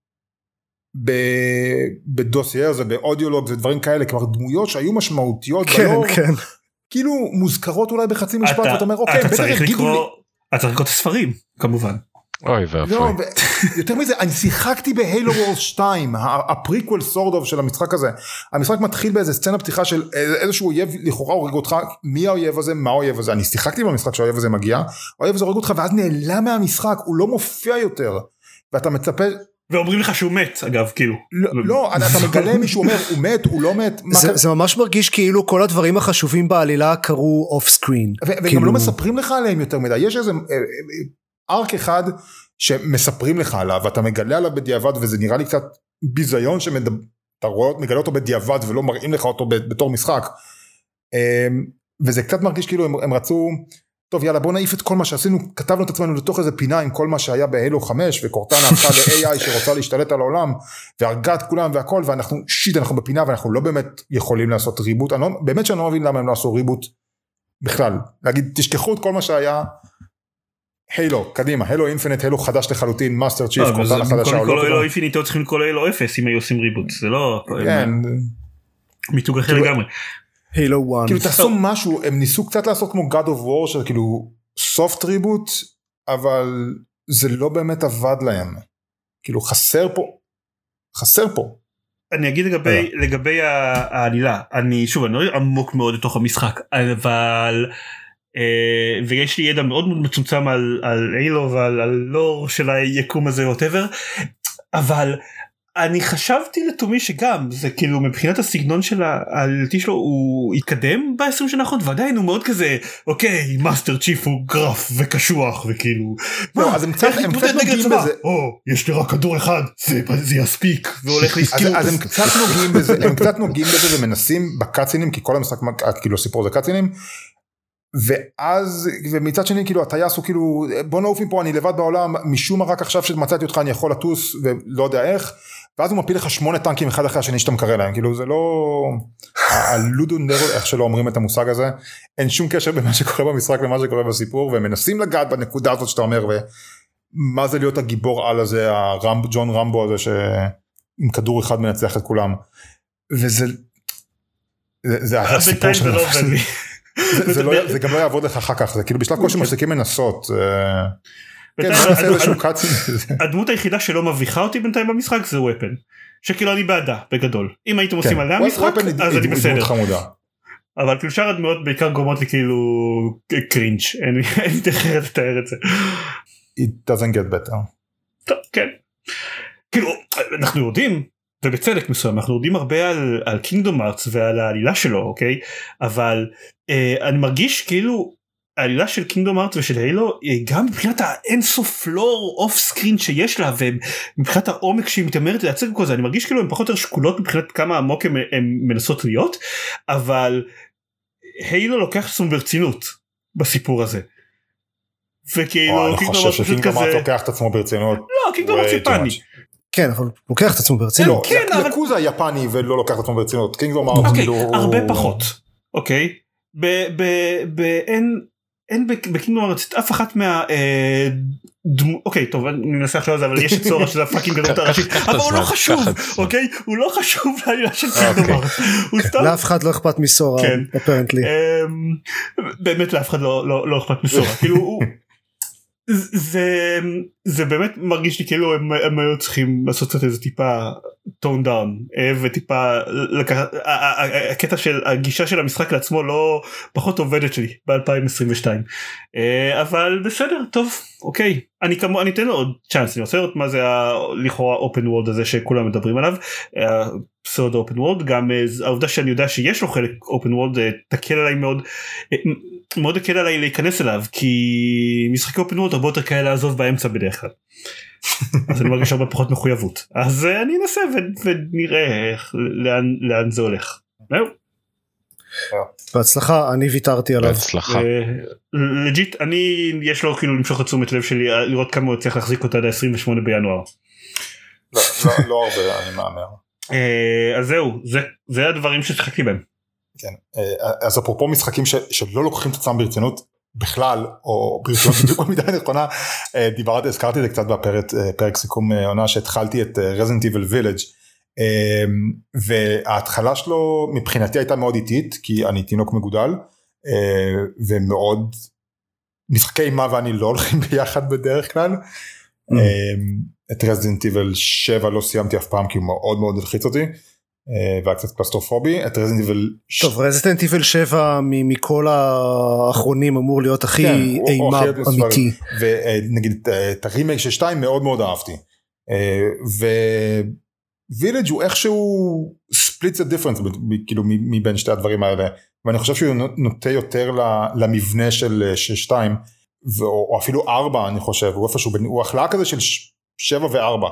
בדוסייר, זה באודיולוג, זה דברים כאלה, כבר דמויות שהיו משמעותיות, כן, ולא, כן. כאילו מוזכרות אולי בחצי משפט, ואתה אומר, אוקיי, אתה צריך לקרוא, אתה צריך לקרוא את הספרים, כמובן. אוי ואפוי. לא, יותר מזה, אני שיחקתי בהילו וורס שתיים, הפריקוול סורדוב של המשחק הזה. המשחק מתחיל באיזה סצנה פתיחה של איזשהו אויב, לכאורה הורג אותך, מי האויב הזה, מה האויב הזה, אני שיחקתי במשחק שהאויב הזה מגיע, האויב הזה הורג אותך, ואז נעלם מהמשחק, הוא לא מופיע יותר, ואתה מצפה... ואומרים לך שהוא מת, אגב, כאילו. לא, לא, אתה מגלה מישהו אומר, הוא מת, הוא לא מת. זה, זה ממש מרגיש כאילו כל הדברים החשובים בעלילה קרו אוף סקרין. וגם כאילו... לא מספרים לך עליהם יותר מדי, יש איזה ארק אחד שמספרים לך עליו, ואתה מגלה עליו בדיעבד, וזה נראה לי קצת ביזיון שאתה מגלה אותו בדיעבד, ולא מראים לך אותו בתור משחק. וזה קצת מרגיש כאילו הם, הם רצו... טוב יאללה בוא נעיף את כל מה שעשינו, כתבנו את עצמנו לתוך איזה פינה עם כל מה שהיה בהילו חמש, וקורטנה הפכה ל-איי איי שרוצה להשתלט על העולם, והרגה את כולם והכל, ואנחנו שיט אנחנו בפינה, ואנחנו לא באמת יכולים לעשות ריבוט, אני לא, באמת שאני לא מבין למה הם לא עשו ריבוט בכלל, להגיד תשכחו את כל מה שהיה, הילו, קדימה, הילו אינפינט, הילו חדש לחלוטין, מאסטר צ'יף, קורטנה חדשה, כל הילו אינפינט צריכים לקרוא להילו אפס, אם היו עושים ריבוט, זה לא מיתוג אחר לגמרי. הילו אחת. כאילו תעשו משהו, הם ניסו קצת לעשות כמו God of War, של כאילו soft reboot, אבל זה לא באמת עבד להם. כאילו חסר פה, חסר פה. אני אגיד לגבי, לגבי העלילה, אני שוב, אני לא עמוק מאוד לתוך המשחק, אבל, ויש לי ידע מאוד מאוד מצומצם על, על הילו ועל הלור של היקום הזה, whatever, אבל, אני חשבתי לתומי שגם זה כאילו מבחינת הסגנון של העלילתי שלו הוא התקדם ב-עשרים שנה האחרונות ועדיין הוא מאוד כזה אוקיי מאסטר צ'יף הוא גרף וקשוח וכאילו לא, אז הם קצת נוגעים בזה, או יש לי רק כדור אחד זה יספיק והולך להסתיר. אז הם קצת נוגעים בזה הם קצת נוגעים בזה ומנסים בקאצינים כי כל המשחק כאילו סיפור זה קאצינים ואז ומצד שני כאילו הטייס הוא כאילו בוא נעוף מפה אני לבד בעולם משום מה רק עכשיו שמצאתי אותך אני יכול לטוס ולא יודע איך ואז הוא מפיל לך שמונה טנקים אחד אחרי השני שאתה מקרא להם כאילו זה לא הלודו נרו איך שלא אומרים את המושג הזה אין שום קשר במה שקורה במשחק למה שקורה בסיפור והם מנסים לגעת בנקודה הזאת שאתה אומר ומה זה להיות הגיבור על הזה הרמב, ג'ון רמבו הזה שעם כדור אחד מנצח את כולם וזה זה, זה הסיפור של זה, זה, לא, זה גם לא יעבוד לך אחר כך, זה כאילו בשלב כלשהו מפסיקים לנסות. הדמות היחידה שלא מביכה אותי בינתיים במשחק זה ופן, שכאילו אני בעדה בגדול. אם הייתם עושים עליה משחק, אז אני בסדר. אבל כאילו שאר הדמות בעיקר גורמות לי כאילו קרינג', אין לי אחרת לתאר את זה. It doesn't get better. טוב, כן. כאילו, אנחנו יודעים, ובצדק מסוים, אנחנו יודעים הרבה על, על קינגדום ארץ ועל העלילה שלו, אוקיי? אבל אה, אני מרגיש כאילו העלילה של קינגדום ארץ ושל הילו, גם מבחינת האינסוף לור אוף סקרין שיש לה, ומבחינת העומק שהיא מתאמרת לייצג כל זה, אני מרגיש כאילו הן פחות יותר שקולות מבחינת כמה עמוק הן מנסות להיות, אבל הילו לוקח עצמו ברצינות בסיפור הזה. וכאילו, אני חושב שקינגדום ארץ לוקח את עצמו ברצינות. לא, קינגדום ארץ יפני. כן, אבל לוקח את עצמו ברצינות. יקוזה יפני ולא לוקח את עצמו ברצינות. קינגדום ארץ כאילו... הרבה פחות. אוקיי? אין בקינגדום ארץ אף אחת מה... אוקיי, טוב, אני מנסה לחשוב על זה, אבל יש את סורה שזה פאקינג גדות הראשית, אבל הוא לא חשוב, אוקיי? הוא לא חשוב לעלילה של קינגדום ארץ. לאף אחד לא אכפת מסורה, אפרנטלי. באמת לאף אחד לא אכפת מסורה. כאילו הוא... זה זה באמת מרגיש לי כאילו הם, הם היו צריכים לעשות קצת איזה טיפה טון דאון וטיפה לקחת הקטע של הגישה של המשחק לעצמו לא פחות עובדת שלי ב-אלפיים עשרים ושתיים אבל בסדר טוב אוקיי אני כמו אני אתן לו עוד צ'אנס אני רוצה לראות מה זה לכאורה אופן וורלד הזה שכולם מדברים עליו סוד אופן וורלד גם העובדה שאני יודע שיש לו חלק אופן וורלד תקל עליי מאוד מאוד הקל עליי להיכנס אליו כי משחקי אופן וורלד הרבה יותר כאלה לעזוב באמצע בדרך כלל אז אני מרגיש הרבה פחות מחויבות אז אני אנסה ונראה לאן זה הולך. בהצלחה אני ויתרתי עליו. בהצלחה. לג'יט אני יש לו כאילו למשוך את תשומת לב שלי לראות כמה הוא צריך להחזיק אותה עד ה-עשרים ושמונה בינואר. לא הרבה אני מאמר. אז זהו זה הדברים ששחקתי בהם. כן, אז אפרופו משחקים שלא לוקחים את עצמם ברצינות בכלל, או ברצינות בדיוק במידה נכונה, דיברתי, הזכרתי את זה קצת בפרק סיכום עונה שהתחלתי את Resident Evil Village, וההתחלה שלו מבחינתי הייתה מאוד איטית, כי אני תינוק מגודל, ומאוד משחקי אימה ואני לא הולכים ביחד בדרך כלל, את רזידנט איבל שבע לא סיימתי אף פעם כי הוא מאוד מאוד הלחיץ אותי והיה קצת קלסטרופובי. את רזידנט איבל טוב, רזידנט איבל שבע מכל האחרונים אמור להיות הכי אימה אמיתי, ונגיד את הרימייק של שתיים מאוד מאוד אהבתי, ווילג' הוא איכשהו split the difference כאילו מבין שתי הדברים האלה, ואני חושב שהוא נוטה יותר למבנה של שתיים או אפילו ארבע, אני חושב הוא איפשהו הוא החלאה כזה של שבע וארבע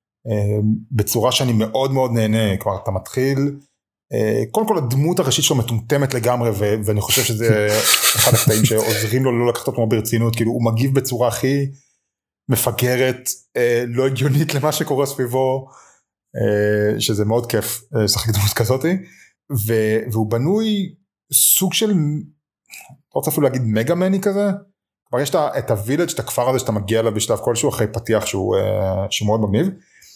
בצורה שאני מאוד מאוד נהנה. כלומר אתה מתחיל, קודם כל הדמות הראשית שלו מטומטמת לגמרי, ואני חושב שזה אחד הקטעים שעוזרים לו לא לקחת אותו ברצינות, כאילו הוא מגיב בצורה הכי מפגרת, לא הגיונית למה שקורה סביבו, שזה מאוד כיף לשחק דמות כזאת, והוא בנוי סוג של, לא רוצה אפילו להגיד מגה-מני כזה, כבר יש את הווילג', את הכפר הזה שאתה מגיע אליו בשלב כלשהו אחרי פתיח שהוא, שהוא מאוד מגניב,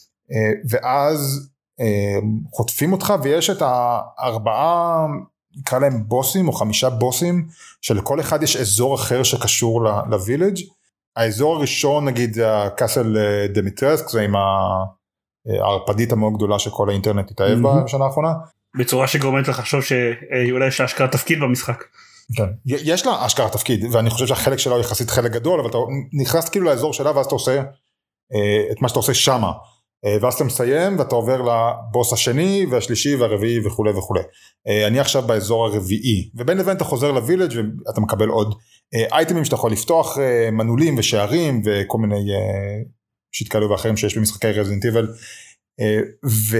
ואז חוטפים אותך ויש את הארבעה, נקרא להם בוסים או חמישה בוסים, שלכל אחד יש אזור אחר שקשור לווילג'. האזור הראשון נגיד זה הקאסל דמיטרסק, זה עם הערפדית המאוד גדולה שכל האינטרנט התאהב בה בשנה האחרונה. בצורה שגורמת לך לחשוב שאולי יש אשכרה תפקיד במשחק. כן, יש לה אשכרה תפקיד, ואני חושב שהחלק שלה הוא יחסית חלק גדול, אבל אתה נכנס כאילו לאזור שלה, ואז אתה עושה את מה שאתה עושה שמה, ואז אתה מסיים, ואתה עובר לבוס השני, והשלישי, והרביעי, וכו' וכו'. אני עכשיו באזור הרביעי, ובין לבין אתה חוזר לווילג' ואתה מקבל עוד אייטמים שאתה יכול לפתוח, מנעולים ושערים, וכל מיני שיט כאלו ואחרים שיש במשחקי רזידנט איבל, ו...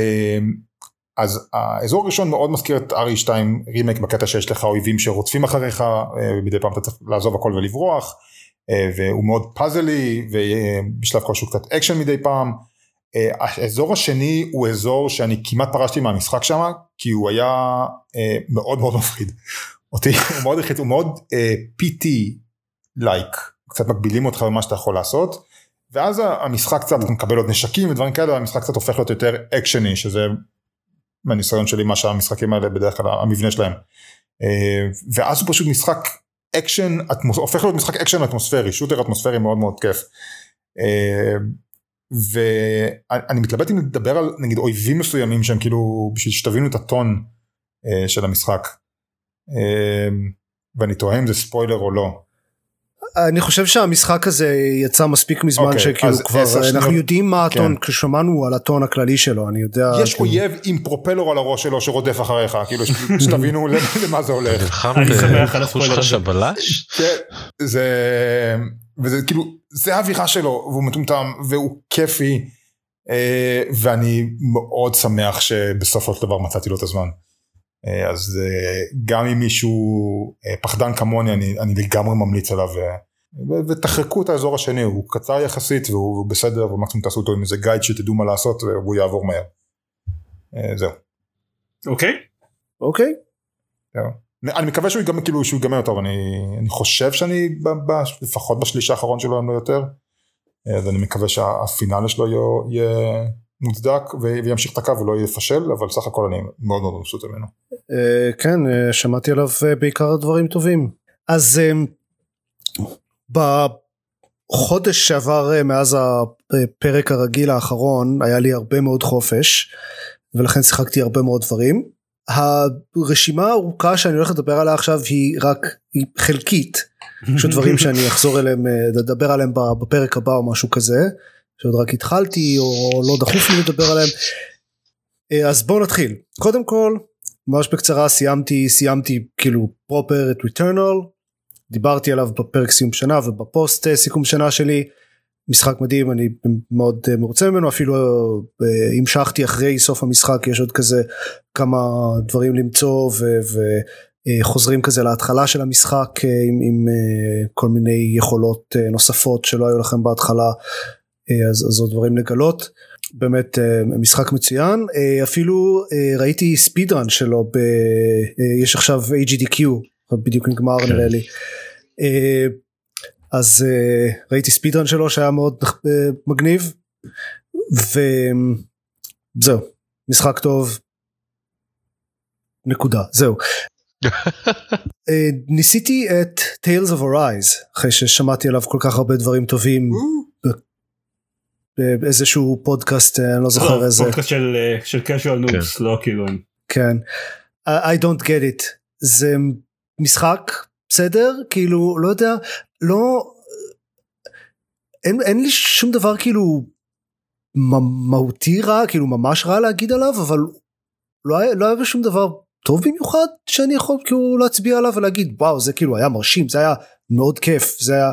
אז האזור הראשון מאוד מזכיר את אר אי שתיים רימייק, בקטע שיש לך אויבים שרוצפים אחריך, ומדי פעם אתה צריך לעזוב הכל ולברוח, והוא מאוד פאזלי, ובשלב כלשהו קצת אקשן מדי פעם. האזור השני הוא אזור שאני כמעט פרשתי מהמשחק שם, כי הוא היה מאוד מאוד מפחיד. אותי, הוא מאוד החליט, הוא מאוד פי טי-לייק, קצת מגבילים אותך במה שאתה יכול לעשות, ואז המשחק קצת, אתה מקבל עוד נשקים ודברים כאלה, והמשחק קצת הופך להיות יותר אקשני, שזה מהניסיון שלי, מה שהמשחקים האלה בדרך כלל, המבנה שלהם. ואז הוא פשוט משחק אקשן, הופך להיות משחק אקשן אטמוספרי, שוטר אטמוספרי מאוד מאוד כיף. ואני מתלבט אם לדבר על נגיד אויבים מסוימים שהם כאילו בשביל שתבינו את הטון של המשחק, ואני תוהה אם זה ספוילר או לא. אני חושב שהמשחק הזה יצא מספיק מזמן okay, שכאילו כבר אנחנו יודעים מה הטון, כן. כששמענו על הטון הכללי שלו, אני יודע יש כאילו... אויב עם פרופלור על הראש שלו שרודף אחריך, כאילו שתבינו למה זה הולך. אני שמח על הספוילר הזה. זה וזה כאילו זה האווירה שלו, והוא מטומטם והוא כיפי, ואני מאוד שמח שבסופו של דבר מצאתי לו את הזמן. אז גם אם מישהו פחדן כמוני, אני, אני לגמרי ממליץ עליו, ותחרקו את האזור השני, הוא קצר יחסית, והוא בסדר, ומקסימום תעשו אותו עם איזה גייד שתדעו מה לעשות, והוא יעבור מהר. זהו. אוקיי. אוקיי. אני מקווה שהוא גם כאילו שהוא יגמר טוב, אני, אני חושב שאני ב, ב, לפחות בשליש האחרון שלו, אם לא יותר, אז אני מקווה שהפינאלה שלו יהיה... מוצדק וימשיך את הקו ולא יפשל, אבל סך הכל אני מאוד מאוד מבסוט ממנו. כן, שמעתי עליו בעיקר דברים טובים. אז בחודש שעבר מאז הפרק הרגיל האחרון, היה לי הרבה מאוד חופש, ולכן שיחקתי הרבה מאוד דברים. הרשימה הארוכה שאני הולך לדבר עליה עכשיו היא רק היא חלקית, של דברים שאני אחזור אליהם, לדבר עליהם בפרק הבא או משהו כזה, שעוד רק התחלתי או לא דחוף לי לדבר עליהם. אז בואו נתחיל. קודם כל, ממש בקצרה סיימתי, סיימתי כאילו פרופר את Returnal, דיברתי עליו בפרק סיום שנה ובפוסט סיכום שנה שלי, משחק מדהים, אני מאוד מרוצה ממנו, אפילו המשכתי אחרי סוף המשחק, יש עוד כזה כמה דברים למצוא וחוזרים כזה להתחלה של המשחק עם, עם כל מיני יכולות נוספות שלא היו לכם בהתחלה, אז, אז עוד דברים לגלות. באמת משחק מצוין, אפילו ראיתי ספידרן שלו, ב, יש עכשיו איי ג'י די קיו, בדיוק נגמר נראה לי, אז ראיתי ספידרן שלו שהיה מאוד מגניב, וזהו, משחק טוב, נקודה, זהו. ניסיתי את Tales of Arise, אחרי ששמעתי עליו כל כך הרבה דברים טובים, באיזשהו פודקאסט, אני לא זוכר איזה. פודקאסט של casual noobs, לא כאילו. כן. I don't get it. זה משחק, בסדר? כאילו, לא יודע, לא, אין, אין לי שום דבר כאילו מהותי רע, כאילו ממש רע להגיד עליו, אבל לא היה, לא היה בשום דבר טוב במיוחד שאני יכול כאילו להצביע עליו ולהגיד, וואו, זה כאילו היה מרשים, זה היה מאוד כיף, זה היה,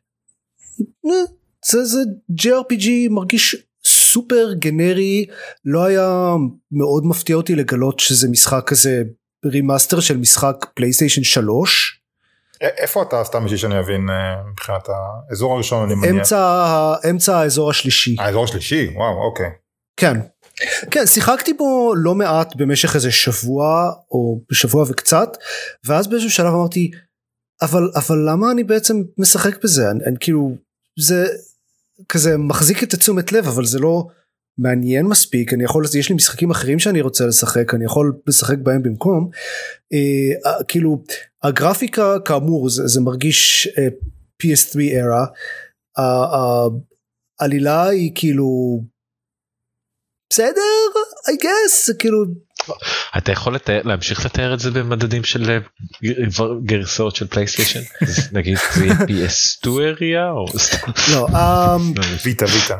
זה, זה ג'י אר פי ג'י מרגיש סופר גנרי, לא היה מאוד מפתיע אותי לגלות שזה משחק כזה, רימאסטר של משחק פלייסטיישן שלוש. איפה אתה סתם בשביל שאני אבין מבחינת האזור הראשון אני מניח? אמצע, אמצע האזור השלישי. האזור השלישי? וואו, אוקיי. כן. כן, שיחקתי בו לא מעט במשך איזה שבוע, או בשבוע וקצת, ואז באיזשהו שלב אמרתי, אבל, אבל למה אני בעצם משחק בזה? אני, אני כאילו, זה כזה מחזיק את תשומת לב, אבל זה לא מעניין מספיק, אני יכול, יש לי משחקים אחרים שאני רוצה לשחק, אני יכול לשחק בהם במקום, אה, כאילו, הגרפיקה כאמור, זה, זה מרגיש אה, פי אס שלוש era, העלילה היא כאילו, בסדר, I guess, כאילו, אתה יכול לתאר, להמשיך לתאר את זה במדדים של גרסאות של פלייסטיישן? נגיד זה יהיה פי אס שתיים area או... לא, ויטה, ויטה.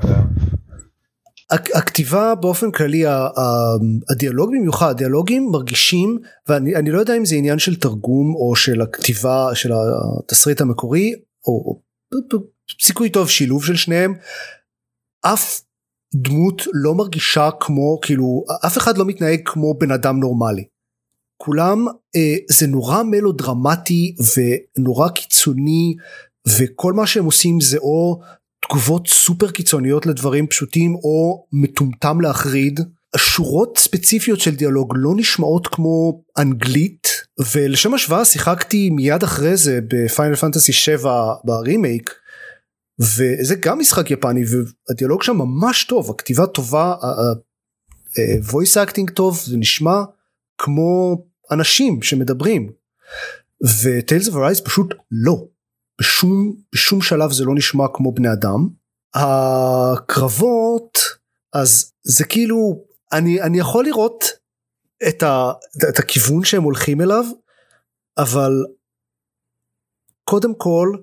הכתיבה באופן כללי, הדיאלוג במיוחד, הדיאלוגים מרגישים, ואני לא יודע אם זה עניין של תרגום או של הכתיבה, של התסריט המקורי, או סיכוי טוב שילוב של שניהם, אף דמות לא מרגישה כמו, כאילו, אף אחד לא מתנהג כמו בן אדם נורמלי. כולם, אה, זה נורא מלודרמטי ונורא קיצוני, וכל מה שהם עושים זה או תגובות סופר קיצוניות לדברים פשוטים, או מטומטם להחריד. שורות ספציפיות של דיאלוג לא נשמעות כמו אנגלית, ולשם השוואה שיחקתי מיד אחרי זה בפיינל פנטסי שבע ברימייק, וזה גם משחק יפני, והדיאלוג שם ממש טוב, הכתיבה טובה, ה-voice acting טוב, זה נשמע כמו אנשים שמדברים, ו-Tales of Arise פשוט לא, בשום, בשום שלב זה לא נשמע כמו בני אדם. הקרבות, אז זה כאילו, אני, אני יכול לראות את, ה, את הכיוון שהם הולכים אליו, אבל קודם כל,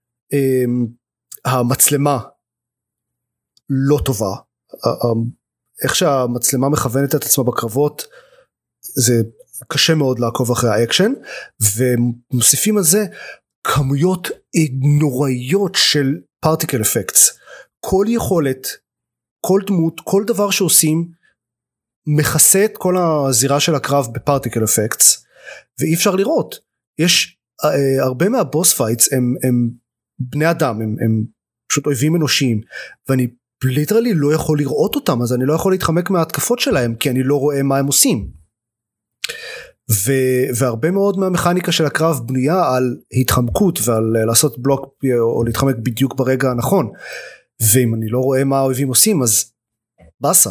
המצלמה לא טובה, איך שהמצלמה מכוונת את עצמה בקרבות, זה קשה מאוד לעקוב אחרי האקשן, ומוסיפים על זה כמויות נוראיות של פרטיקל אפקטס, כל יכולת, כל דמות, כל דבר שעושים, מכסה את כל הזירה של הקרב בפרטיקל אפקטס, ואי אפשר לראות, יש uh, הרבה מהבוס פייטס הם, הם בני אדם, הם, הם פשוט אויבים אנושיים, ואני ליטרלי לא יכול לראות אותם, אז אני לא יכול להתחמק מההתקפות שלהם, כי אני לא רואה מה הם עושים. ו, והרבה מאוד מהמכניקה של הקרב בנויה על התחמקות, ועל לעשות בלוק, או להתחמק בדיוק ברגע הנכון, ואם אני לא רואה מה האויבים עושים, אז בסה.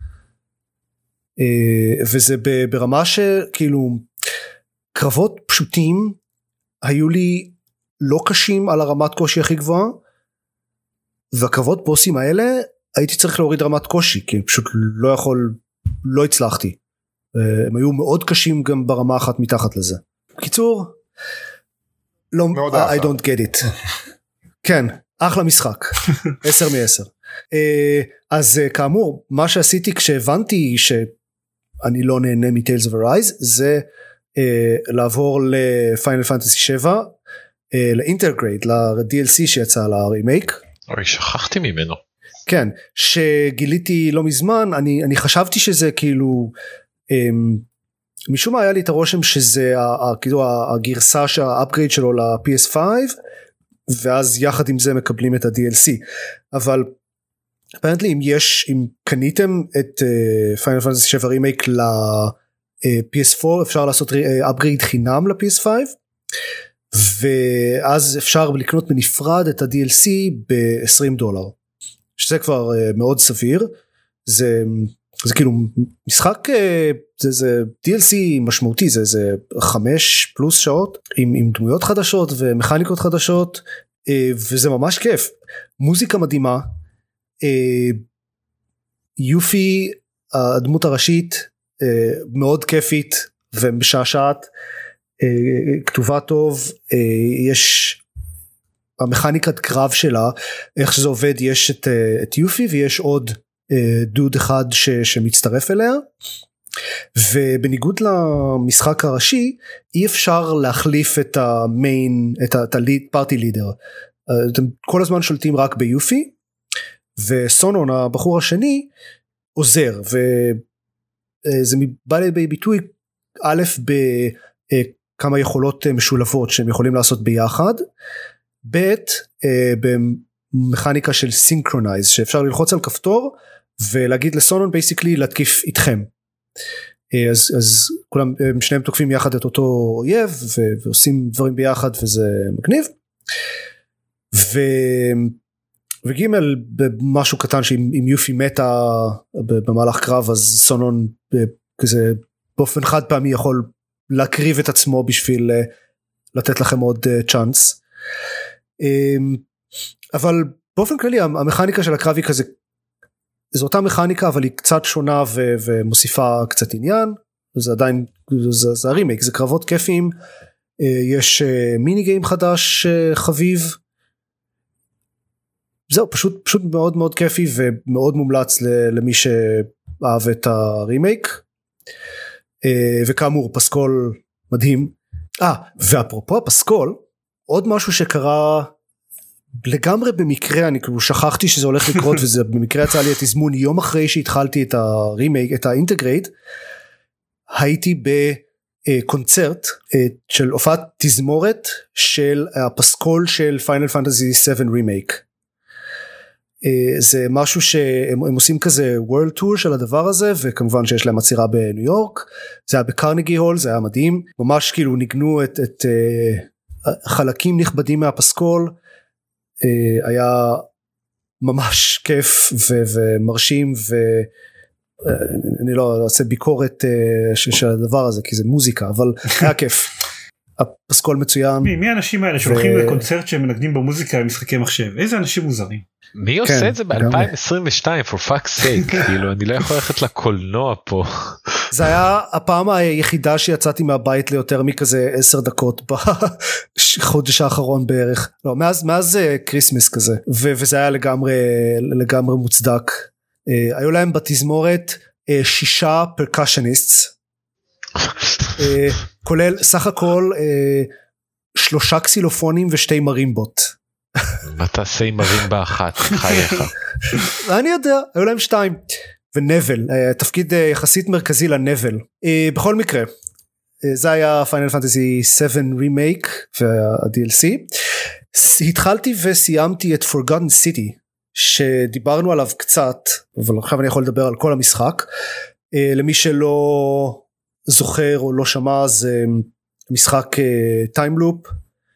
וזה ברמה שכאילו, קרבות פשוטים, היו לי לא קשים על הרמת קושי הכי גבוהה, והקרבות בוסים האלה, הייתי צריך להוריד רמת קושי, כי פשוט לא יכול, לא הצלחתי. הם היו מאוד קשים גם ברמה אחת מתחת לזה. בקיצור, לא, I don't get it. כן, אחלה משחק. עשר מעשר. אז כאמור, מה שעשיתי כשהבנתי שאני לא נהנה מ-Tales of Arise, זה לעבור לפיינל פנטסי שבע, לאינטרגרייד, ל-די אל סי שיצא לרימייק. אוי, שכחתי ממנו. כן, שגיליתי לא מזמן, אני, אני חשבתי שזה כאילו, משום מה היה לי את הרושם שזה כאילו הגרסה שהאפגרייד שלו ל-פי אס חמש, ואז יחד עם זה מקבלים את ה-די אל סי, אבל apparently אם יש, אם קניתם את Final Fantasy שבע רימייק ל-פי אס ארבע, אפשר לעשות upgrade חינם ל-פי אס חמש, ואז אפשר לקנות בנפרד את ה-די אל סי ב-עשרים דולר, שזה כבר מאוד סביר, זה, זה כאילו משחק, זה, זה די אל סי משמעותי, זה, זה חמש פלוס שעות, עם, עם דמויות חדשות ומכניקות חדשות, וזה ממש כיף, מוזיקה מדהימה, יופי הדמות הראשית מאוד כיפית ומשעשעת, כתובה טוב, יש המכניקת קרב שלה, איך שזה עובד, יש את, את יופי ויש עוד דוד אחד ש, שמצטרף אליה, ובניגוד למשחק הראשי אי אפשר להחליף את המיין, את הפארטי לידר, אתם כל הזמן שולטים רק ביופי, וסונון הבחור השני עוזר, וזה בא לידי ביטוי א' בכמה יכולות משולבות שהם יכולים לעשות ביחד, ב' במכניקה של סינכרונייז, שאפשר ללחוץ על כפתור ולהגיד לסונון בייסיקלי להתקיף איתכם, אז, אז כולם שניהם תוקפים יחד את אותו אויב ו- ועושים דברים ביחד וזה מגניב, ו... וג' במשהו קטן שאם יופי מתה במהלך קרב, אז סונון כזה באופן חד פעמי יכול להקריב את עצמו בשביל לתת לכם עוד צ'אנס, אבל באופן כללי המכניקה של הקרב היא כזה, זו אותה מכניקה אבל היא קצת שונה ו- ומוסיפה קצת עניין, זה עדיין, זה, זה הרימייק, זה קרבות כיפים, יש מיני גיים חדש חביב, זהו, פשוט, פשוט מאוד מאוד כיפי ומאוד מומלץ למי שאהב את הרימייק, וכאמור פסקול מדהים. אה, ואפרופו הפסקול, עוד משהו שקרה לגמרי במקרה, אני כאילו שכחתי שזה הולך לקרות, וזה במקרה יצא לי התזמון יום אחרי שהתחלתי את הרימייק, את האינטגרייט, הייתי בקונצרט של הופעת תזמורת של הפסקול של פיינל פנטזי שבע רימייק. זה משהו שהם עושים כזה World Tour של הדבר הזה, וכמובן שיש להם עצירה בניו יורק, זה היה בקרנגי הול, זה היה מדהים, ממש כאילו ניגנו את, את uh, חלקים נכבדים מהפסקול, uh, היה ממש כיף ו- ומרשים, ואני לא אעשה ביקורת uh, של, של הדבר הזה, כי זה מוזיקה, אבל היה כיף. הפסקול מצוין. מי, מי האנשים האלה שהולכים לקונצרט שהם מנגנים במוזיקה במשחקי מחשב? איזה אנשים מוזרים? מי עושה את זה ב-אלפיים עשרים ושתיים for fuck's sake, כאילו אני לא יכול ללכת לקולנוע פה. זה היה הפעם היחידה שיצאתי מהבית ליותר מכזה עשר דקות בחודש האחרון בערך, לא, מאז, מאז קריסמס כזה, וזה היה לגמרי, לגמרי מוצדק. היו להם בתזמורת שישה פרקשניסטס, כולל סך הכל שלושה קסילופונים ושתי מרימבות. מה תעשה עם מרימבה אחת, חייך? אני יודע, היו להם שתיים. ונבל, תפקיד יחסית מרכזי לנבל. בכל מקרה, זה היה פיינל פנטזי שבע רימייק וה-די אל סי. התחלתי וסיימתי את Forgotten City, שדיברנו עליו קצת, אבל עכשיו אני יכול לדבר על כל המשחק. למי שלא זוכר או לא שמע, זה משחק טיימלופ,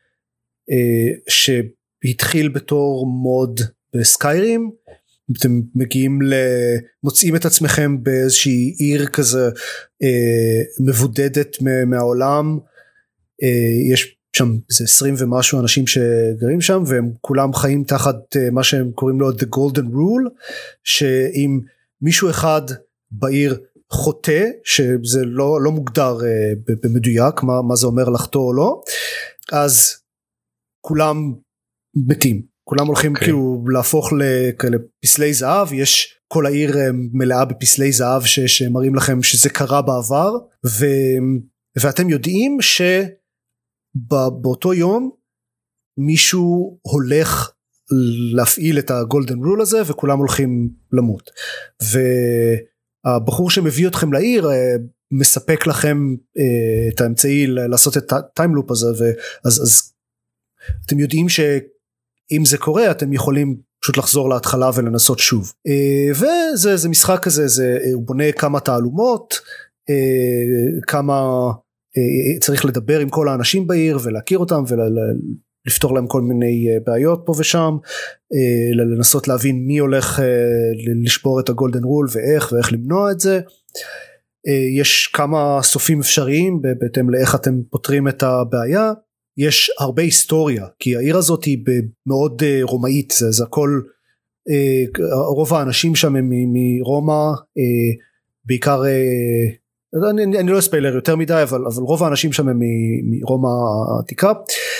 שהתחיל בתור מוד בסקיירים, אתם מגיעים למוצאים את עצמכם באיזושהי עיר כזה מבודדת מהעולם, יש שם איזה עשרים ומשהו אנשים שגרים שם, והם כולם חיים תחת מה שהם קוראים לו The Golden Rule, שאם מישהו אחד בעיר חוטא, שזה לא, לא מוגדר במדויק מה, מה זה אומר לחטוא או לא, אז כולם מתים, כולם הולכים okay. כאילו להפוך לפסלי זהב, יש כל העיר מלאה בפסלי זהב ש, שמראים לכם שזה קרה בעבר, ו, ואתם יודעים שבאותו יום מישהו הולך להפעיל את הגולדן רול הזה, וכולם הולכים למות, והבחור שמביא אתכם לעיר מספק לכם את האמצעי לעשות את הטיימלופ הזה, ואז אז אתם יודעים שאם זה קורה אתם יכולים פשוט לחזור להתחלה ולנסות שוב, וזה זה משחק כזה, זה, הוא בונה כמה תעלומות, כמה צריך לדבר עם כל האנשים בעיר ולהכיר אותם ולפתור להם כל מיני בעיות פה ושם, לנסות להבין מי הולך לשבור את הגולדן רול ואיך ואיך למנוע את זה. יש כמה סופים אפשריים בהתאם לאיך אתם פותרים את הבעיה. יש הרבה היסטוריה, כי העיר הזאת היא מאוד רומאית, זה, זה הכל רוב האנשים שם הם מרומא, בעיקר, אני, אני לא אספיילר יותר מדי, אבל, אבל רוב האנשים שם הם מרומא העתיקה,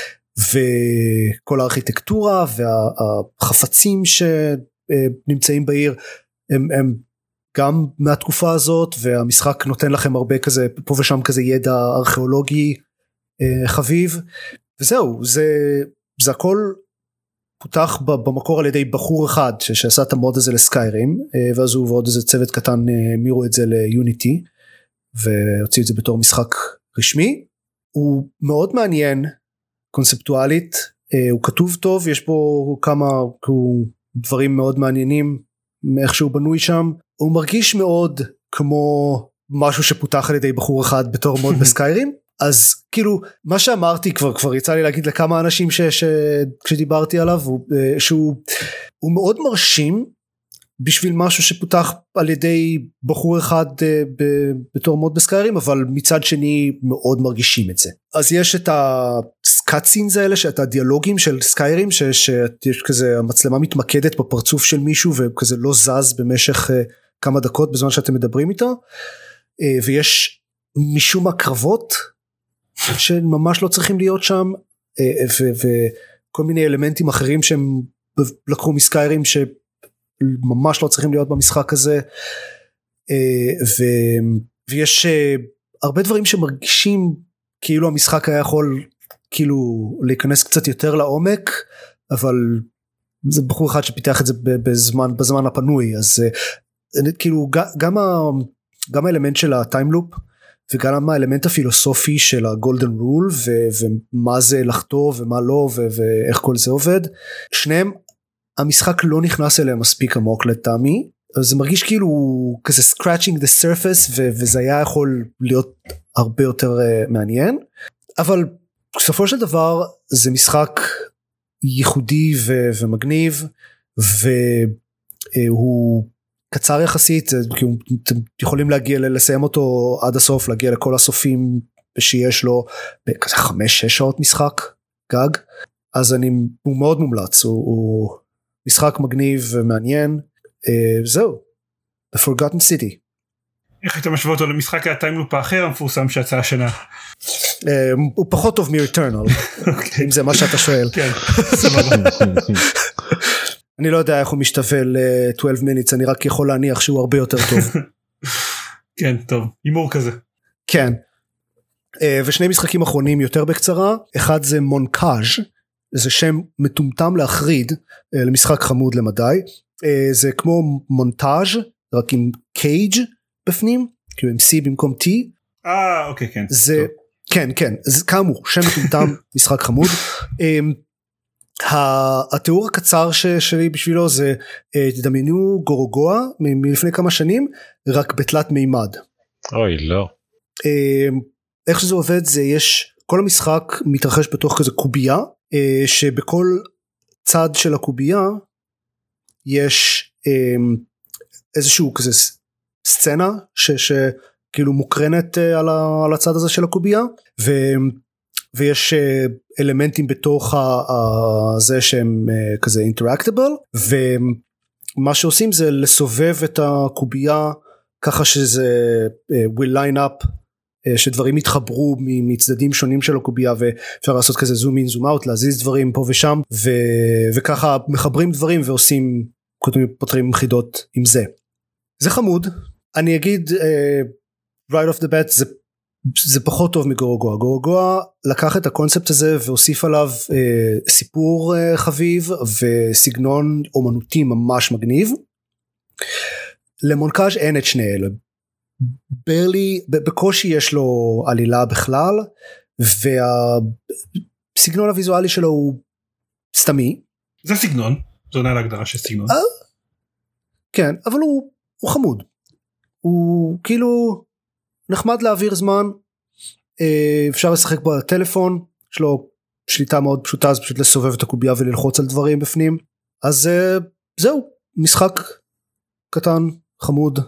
וכל הארכיטקטורה והחפצים שנמצאים בעיר הם, הם גם מהתקופה הזאת, והמשחק נותן לכם הרבה כזה, פה ושם כזה ידע ארכיאולוגי חביב, וזהו, זה, זה הכל פותח במקור על ידי בחור אחד שעשה את המוד הזה לסקיירים, ואז הוא ועוד איזה צוות קטן מירו את זה ליוניטי, והוציא את זה בתור משחק רשמי. הוא מאוד מעניין קונספטואלית, הוא כתוב טוב, יש פה כמה דברים מאוד מעניינים מאיך שהוא בנוי שם, הוא מרגיש מאוד כמו משהו שפותח על ידי בחור אחד בתור מוד בסקיירים, אז כאילו מה שאמרתי כבר כבר יצא לי להגיד לכמה אנשים ש, ש, שדיברתי עליו, הוא, שהוא הוא מאוד מרשים בשביל משהו שפותח על ידי בחור אחד ב, בתור מוד בסקיירים, אבל מצד שני מאוד מרגישים את זה. אז יש את הסקאצינס האלה, שאת הדיאלוגים של סקיירים, ש, שיש כזה המצלמה מתמקדת בפרצוף של מישהו וכזה לא זז במשך כמה דקות בזמן שאתם מדברים איתו, ויש משום הקרבות שממש לא צריכים להיות שם, וכל מיני אלמנטים אחרים שהם לקחו מסקיירים שממש לא צריכים להיות במשחק הזה, ויש הרבה דברים שמרגישים כאילו המשחק היה יכול כאילו להיכנס קצת יותר לעומק, אבל זה בחור אחד שפיתח את זה בזמן, בזמן הפנוי, אז כאילו גם, גם האלמנט של הטיימלופ, וגם האלמנט הפילוסופי של הגולדן רול, ומה זה לחתור ומה לא, ואיך כל זה עובד, שניהם, המשחק לא נכנס אליהם מספיק עמוק לטעמי, אז זה מרגיש כאילו כזה scratching the surface, וזה היה יכול להיות הרבה יותר מעניין, אבל בסופו של דבר, זה משחק ייחודי ומגניב, והוא קצר יחסית, אתם יכולים להגיע לסיים אותו עד הסוף, להגיע לכל הסופים שיש לו בכזה חמש שש שעות משחק גג, אז אני, הוא מאוד מומלץ, הוא, הוא משחק מגניב ומעניין, זהו, The Forgotten City. איך היית משווה אותו למשחק הטיימלופ האחר המפורסם שיצא השנה? הוא פחות טוב מ-Returnal, אם זה מה שאתה שואל. כן, סבבה. אני לא יודע איך הוא משתווה ל-שתים עשרה minutes, אני רק יכול להניח שהוא הרבה יותר טוב. כן, טוב, אימור כזה. כן, ושני משחקים אחרונים יותר בקצרה, אחד זה מונקאז', זה שם מטומטם להחריד, למשחק חמוד למדי, זה כמו מונטאז' רק עם קייג' בפנים, כאילו עם C במקום T. אה, אוקיי, כן. זה, כן, כן, זה כאמור, שם מטומטם, משחק חמוד. התיאור הקצר שלי בשבילו זה, תדמיינו גורוגואה מלפני כמה שנים, רק בתלת מימד. אוי, לא. איך שזה עובד זה, יש, כל המשחק מתרחש בתוך כזה קובייה, שבכל צד של הקובייה, יש איזשהו כזה סצנה, שכאילו מוקרנת על הצד הזה של הקובייה, ו... ויש אלמנטים בתוך זה שהם כזה אינטראקטיבל, ומה שעושים זה לסובב את הקובייה ככה שזה will line up, שדברים יתחברו מצדדים שונים של הקובייה, ואפשר לעשות כזה זום אין זום אאוט, להזיז דברים פה ושם, וככה מחברים דברים ועושים, כותבים פותרים חידות עם זה. זה חמוד, אני אגיד right off the bat, זה זה פחות טוב מגורוגואה. גורוגואה לקח את הקונספט הזה והוסיף עליו אה, סיפור אה, חביב וסגנון אומנותי ממש מגניב. למונקאז' אין את שני אלה. ברלי, בקושי יש לו עלילה בכלל, והסגנון הוויזואלי שלו הוא סתמי. זה סגנון, זו עונה להגדרה של סגנון. אה, כן, אבל הוא, הוא חמוד. הוא כאילו נחמד להעביר זמן, אפשר לשחק בו על הטלפון, יש לו שליטה מאוד פשוטה, אז פשוט לסובב את הקובייה וללחוץ על דברים בפנים, אז זהו, משחק קטן, חמוד,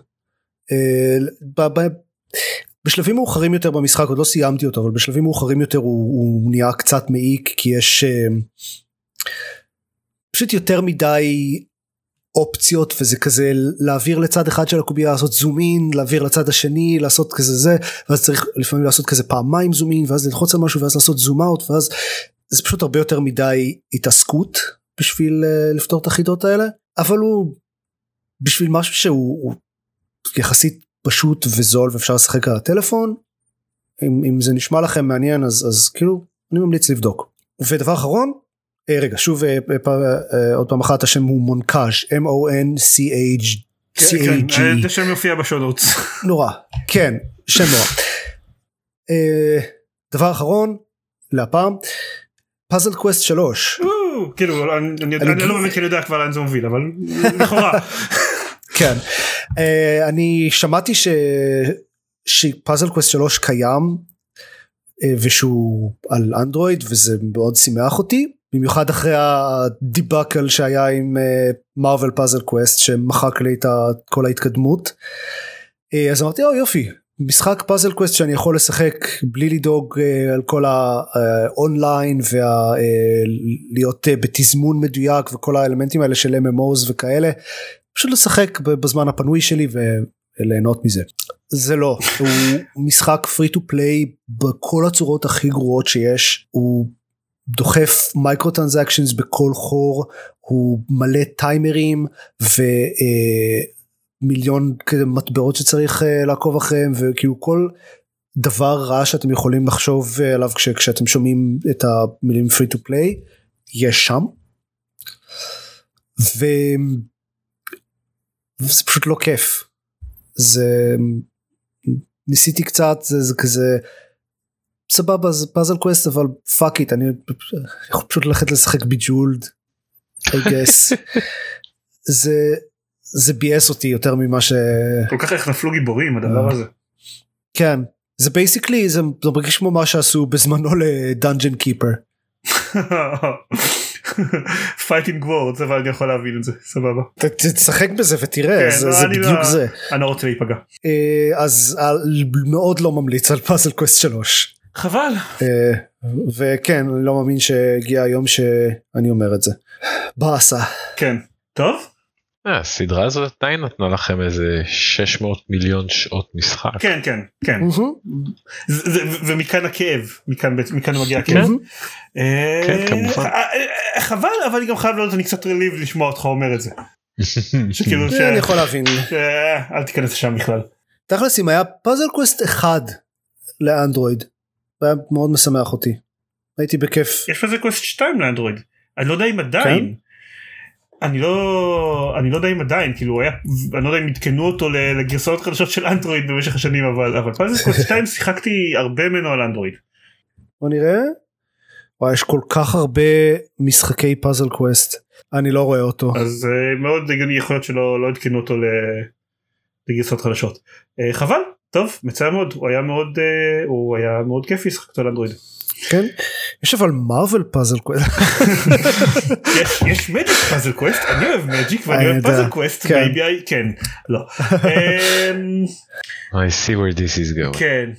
בשלבים מאוחרים יותר במשחק, עוד לא סיימתי אותו, אבל בשלבים מאוחרים יותר הוא, הוא נהיה קצת מעיק, כי יש פשוט יותר מדי אופציות, וזה כזה להעביר לצד אחד של הקובייה, לעשות זום אין, להעביר לצד השני, לעשות כזה זה, ואז צריך לפעמים לעשות כזה פעמיים זום אין, ואז ללחוץ על משהו, ואז לעשות זום אאוט, ואז זה פשוט הרבה יותר מדי התעסקות, בשביל uh, לפתור את החידות האלה, אבל הוא, בשביל משהו שהוא יחסית פשוט וזול, ואפשר לשחק על הטלפון, אם, אם זה נשמע לכם מעניין, אז, אז כאילו, אני ממליץ לבדוק. ודבר אחרון, אה, רגע, שוב, אה, אה, אה, עוד פעם אחת, השם הוא מונקאז' M-O-N-C-H כן, כן, השם יופיע בשונות. נורא, כן, שם נורא. אה, דבר אחרון, להפעם, פאזל קווסט שלוש. כאילו, אני לא באמת כן יודע כבר לאן זה מוביל, אבל לכאורה. כן, אני שמעתי שפאזל קווסט שלוש קיים, ושהוא על אנדרואיד, וזה מאוד שימח אותי, במיוחד אחרי הדיבקל שהיה עם מרוול פאזל קווסט, שמחק לי את כל ההתקדמות. אז אמרתי, או יופי, משחק פאזל קווסט שאני יכול לשחק בלי לדאוג על כל האונליין, ולהיות בתזמון מדויק, וכל האלמנטים האלה של אם אם או'ס וכאלה, פשוט לשחק בזמן הפנוי שלי וליהנות מזה. זה לא, הוא משחק free to play בכל הצורות הכי גרועות שיש, הוא דוחף מייקרו טרנזקשנס בכל חור, הוא מלא טיימרים ומיליון מטבעות שצריך לעקוב אחריהם, וכאילו כל דבר רע שאתם יכולים לחשוב עליו כש, כשאתם שומעים את המילים free to play, יש שם. ו... וזה פשוט לא כיף. זה ניסיתי קצת, זה, זה כזה סבבה, זה פאזל קווסט, אבל פאק איט, אני יכול פשוט ללכת לשחק ביג'ולד, I guess. זה זה בייס אותי יותר ממה ש... כל כך איך נפלו גיבורים הדבר הזה. כן, זה בייסיקלי, זה מרגיש כמו מה שעשו בזמנו לדאנג'ן קיפר. פייטינג וורדס, אבל אני יכול להבין את זה, סבבה. תשחק בזה ותראה, זה בדיוק זה. אני לא רוצה להיפגע. אז מאוד לא ממליץ על פאזל קווסט שלוש. חבל. וכן, אני לא מאמין שהגיע היום שאני אומר את זה. באסה. כן, טוב? הסדרה הזאת עדיין נתנה לכם איזה שש מאות מיליון שעות משחק. כן, כן, כן. ומכאן הכאב, מכאן מגיע הכאב. כן, כמובן. חבל, אבל אני גם חייב לדעת, אני קצת רליב לשמוע אותך אומר את זה. אני יכול להבין. אל תיכנס לשם בכלל. תכלס, אם היה פאזל קווסט אחד לאנדרואיד, זה היה מאוד משמח אותי. הייתי בכיף. יש פאזל קווסט שתיים לאנדרואיד. אני לא יודע אם עדיין. אני לא, אני לא יודע אם עדיין, כאילו היה, אני לא יודע אם התקנו אותו לגרסאות חדשות של אנדרואיד במשך השנים, אבל, אבל פאזל קווסט שתיים שיחקתי הרבה ממנו על אנדרואיד. בוא נראה. וואי, יש כל כך הרבה משחקי פאזל קווסט, אני לא רואה אותו. אז uh, מאוד הגיוני, יכול להיות שלא לא התקנו אותו לגרסאות חדשות. Uh, חבל, טוב, מצא מאוד, הוא היה מאוד, uh, הוא היה מאוד כיפי לשחק אותו על אנדרואיד. כן, יש אבל מרוול פאזל קווסט. יש מג'יק פאזל קווסט, אני אוהב מג'יק ואני אוהב פאזל קווסט, כן, לא. I see where this is going. כן,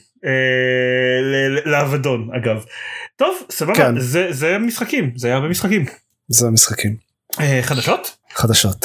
לעבדון אגב. טוב, סבבה, זה משחקים, זה היה הרבה משחקים. זה המשחקים. חדשות? חדשות.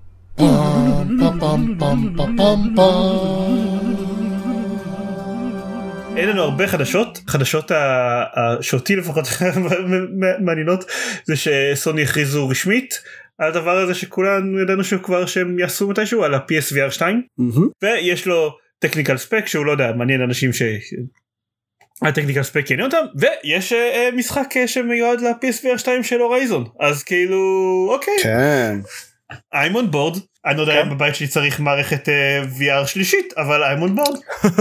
אין לנו הרבה חדשות, חדשות שאותי לפחות מעניינות, זה שסוני הכריזו רשמית על הדבר הזה שכולנו ידענו שכבר שהם יעשו מתישהו, על ה-פי אס וי אר שתיים, ויש לו טכניקל ספק שהוא לא יודע, מעניין אנשים ש... הטכניקל ספק יעניין אותם, ויש משחק שמיועד ל-פי אס וי אר שתיים של הורייזון, אז כאילו אוקיי. כן. I'm on board. אני לא יודע אם בבית שלי צריך מערכת וי אר שלישית, אבל I'm on board.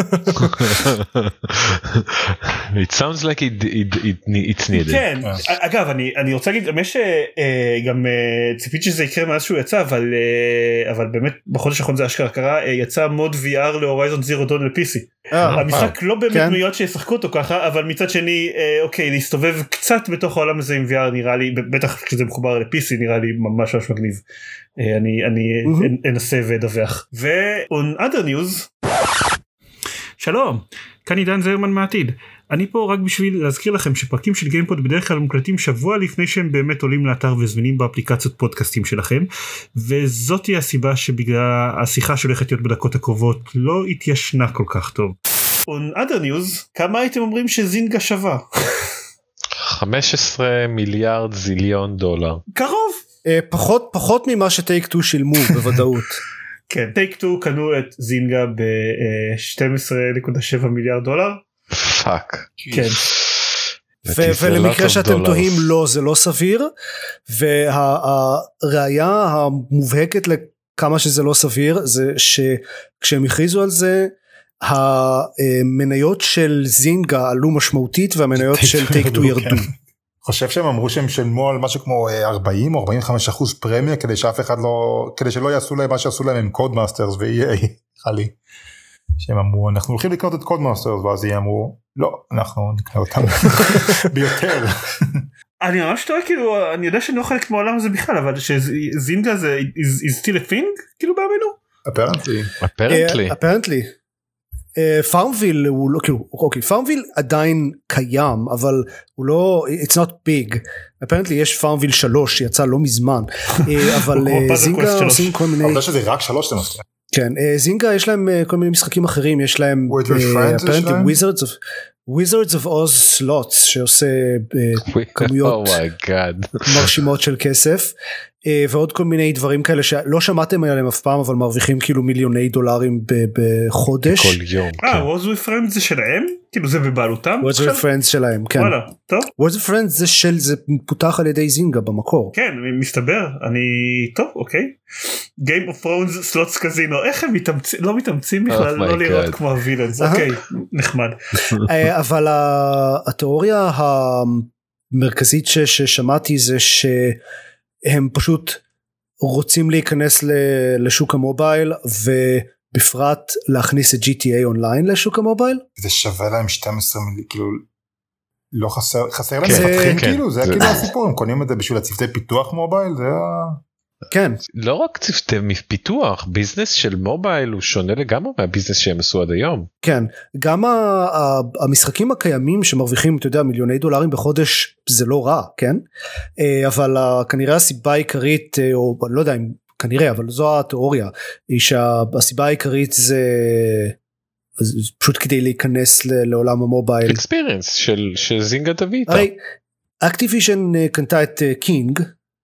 It sounds like it, it, it, it's needed. כן, אגב, אני, אני רוצה להגיד, יש גם ציפית שזה יקרה מאז שהוא יצא, אבל, אבל באמת בחודש האחרון זה אשכרה קרה, יצא מוד וי אר להורייזון זירו דון ל-פי סי. המשחק לא באמת מיועד שישחקו אותו ככה, אבל מצד שני, אוקיי, להסתובב קצת בתוך העולם הזה עם וי אר נראה לי, בטח כשזה מחובר ל-פי סי נראה לי ממש ממש מגניב. אני, אני אנסה ודווח. ו-on other news, שלום, כאן עידן זרמן מהעתיד. אני פה רק בשביל להזכיר לכם שפרקים של גיימפוד בדרך כלל מוקלטים שבוע לפני שהם באמת עולים לאתר וזמינים באפליקציות פודקאסטים שלכם, וזאת היא הסיבה שבגלל השיחה שהולכת להיות בדקות הקרובות לא התיישנה כל כך טוב. On other news, כמה הייתם אומרים שזינגה שווה? חמישה עשר מיליארד זיליון דולר. קרוב. פחות פחות ממה שטייק טו שילמו בוודאות. כן, טייק טו קנו את זינגה ב-שתים עשרה נקודה שבע מיליארד דולר. פאק. כן. ולמקרה שאתם תוהים, לא, זה לא סביר, והראיה המובהקת לכמה שזה לא סביר זה שכשהם הכריזו על זה, המניות של זינגה עלו משמעותית והמניות של טייק טו ירדו. חושב שהם אמרו שהם שלמו על משהו כמו ארבעים או ארבעים וחמישה אחוז פרמיה כדי שאף אחד לא, כדי שלא יעשו להם מה שעשו להם עם קודמאסטרס ו-אי איי, חלי. שהם אמרו אנחנו הולכים לקנות את קודמאסטרס, ואז הם אמרו לא, אנחנו נקנה אותם ביותר. אני ממש טועה, כאילו אני יודע שאני לא חלק מהעולם הזה בכלל, אבל שזינגה זה is still a thing כאילו באמינו? apparently. apparently. apparently. פארמוויל הוא לא, כאילו, אוקיי, פארמוויל עדיין קיים, אבל הוא לא, it's not big, apparently יש פארמוויל שלוש שיצא לא מזמן, אבל זינגה עושים כל מיני, העובדה שזה רק שלוש זה מפתיע. כן, זינגה יש להם כל מיני משחקים אחרים, יש להם, apparently Wizards of, Wizards of Oz Slots, שעושה כמויות מרשימות של כסף, ועוד כל מיני דברים כאלה שלא שמעתם עליהם אף פעם, אבל מרוויחים כאילו מיליוני דולרים בחודש. כל יום. אה, Words with Friends זה שלהם? כאילו זה בבעלותם? Words with Friends שלהם, כן. וואלה, טוב. Words with Friends זה של, זה פותח על ידי זינגה במקור. כן, מסתבר, אני, טוב, אוקיי. Game of Thrones Slots Casino, איך הם מתאמצים, לא מתאמצים בכלל, לא לראות כמו הווילאנס, אוקיי, נחמד. אבל התיאוריה המרכזית ששמעתי זה ש... הם פשוט רוצים להיכנס לשוק המובייל, ובפרט להכניס את ג'י טי איי אונליין לשוק המובייל. זה שווה להם שתים עשרה מיליון, כאילו, לא חסר, חסר להם מפתחים, כאילו, זה כאילו הסיפור, הם קונים את זה בשביל הצוותי פיתוח מובייל, זה ה... כן. לא רק צוותי פיתוח, ביזנס של מובייל הוא שונה לגמרי מהביזנס שהם עשו עד היום. כן, גם המשחקים הקיימים שמרוויחים, אתה יודע, מיליוני דולרים בחודש, זה לא רע, כן? אבל כנראה הסיבה העיקרית, או לא יודע אם כנראה, אבל זו התיאוריה, היא שהסיבה העיקרית זה פשוט כדי להיכנס לעולם המובייל. אקספיריאנס של זינגה תביא איתה. הרי אקטיביז'ן קנתה את קינג,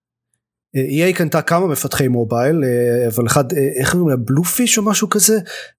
אי איי קנתה כמה מפתחי מובייל, אבל אחד, איך קוראים לה, בלופיש או משהו כזה,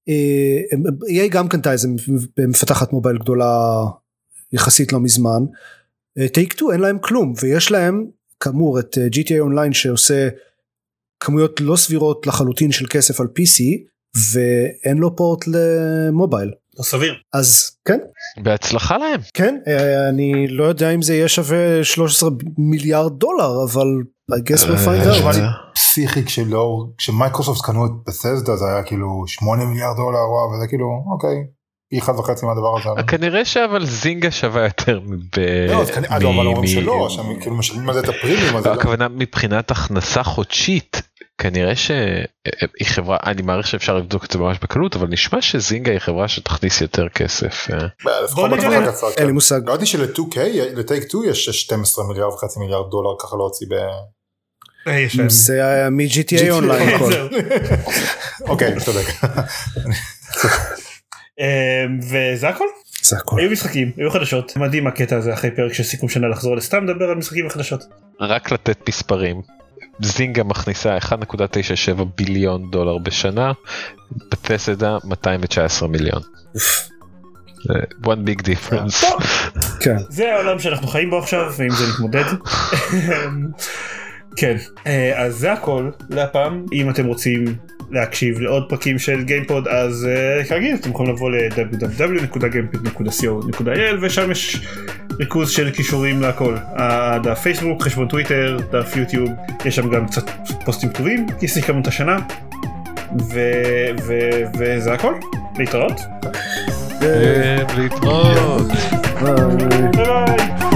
אי איי גם קנתה איזה מפתחת מובייל גדולה יחסית לא מזמן, טייק טו אין להם כלום, ויש להם כאמור את ג'י טי איי אונליין שעושה כמויות לא סבירות לחלוטין של כסף על פי סי, ואין לו פורט למובייל. לא סביר. אז כן. בהצלחה להם. כן, אני לא יודע אם זה יהיה שווה שלושה עשר מיליארד דולר, אבל I guess we'll find out. נשמע לי פסיכי כשמייקרוסופט קנו את בתסדה, זה היה כאילו שמונה מיליארד דולר, וואו, וזה כאילו, אוקיי, פי אחד וחצי מהדבר הזה. כנראה שאבל זינגה שווה יותר לא, אבל אומרים שלא, כאילו משלמים על זה את הפרימיום. הכוונה מבחינת הכנסה חודשית, כנראה שהיא חברה, אני מעריך שאפשר לבדוק את זה ממש בקלות, אבל נשמע שזינגה היא חברה שתכניס יותר כסף. בוא נגלה. אין לי מושג. ראיתי של-טו קיי, לטייק טו יש שתים עשרה מיליארד וחצי מיליארד דולר ככה להוציא ב... זה היה מ-ג'י טי איי אונליין. אוקיי, צודק. וזה הכל? זה הכל. היו משחקים, היו חדשות. מדהים הקטע הזה אחרי פרק של סיכום שנה לחזור לסתם לדבר על משחקים וחדשות. רק לתת מספרים. זינגה מכניסה אחת נקודה תשעים ושבע ביליון דולר בשנה, בתסדה מאתיים תשע עשרה מיליון. one big difference. כן. זה העולם שאנחנו חיים בו עכשיו, ועם זה נתמודד. כן, אז זה הכל להפעם. אם אתם רוצים להקשיב לעוד פרקים של גיימפוד, אז כרגיל אתם יכולים לבוא ל-דאבליו דאבליו דאבליו נקודה גיימפוד נקודה סי או נקודה איי אל, ושם יש ריכוז של קישורים להכל, דף פייסבוק, חשבון טוויטר, דף יוטיוב, יש שם גם קצת פוסטים כתובים, כי סיכמנו את השנה, וזה הכל. להתראות. להתראות. ביי ביי.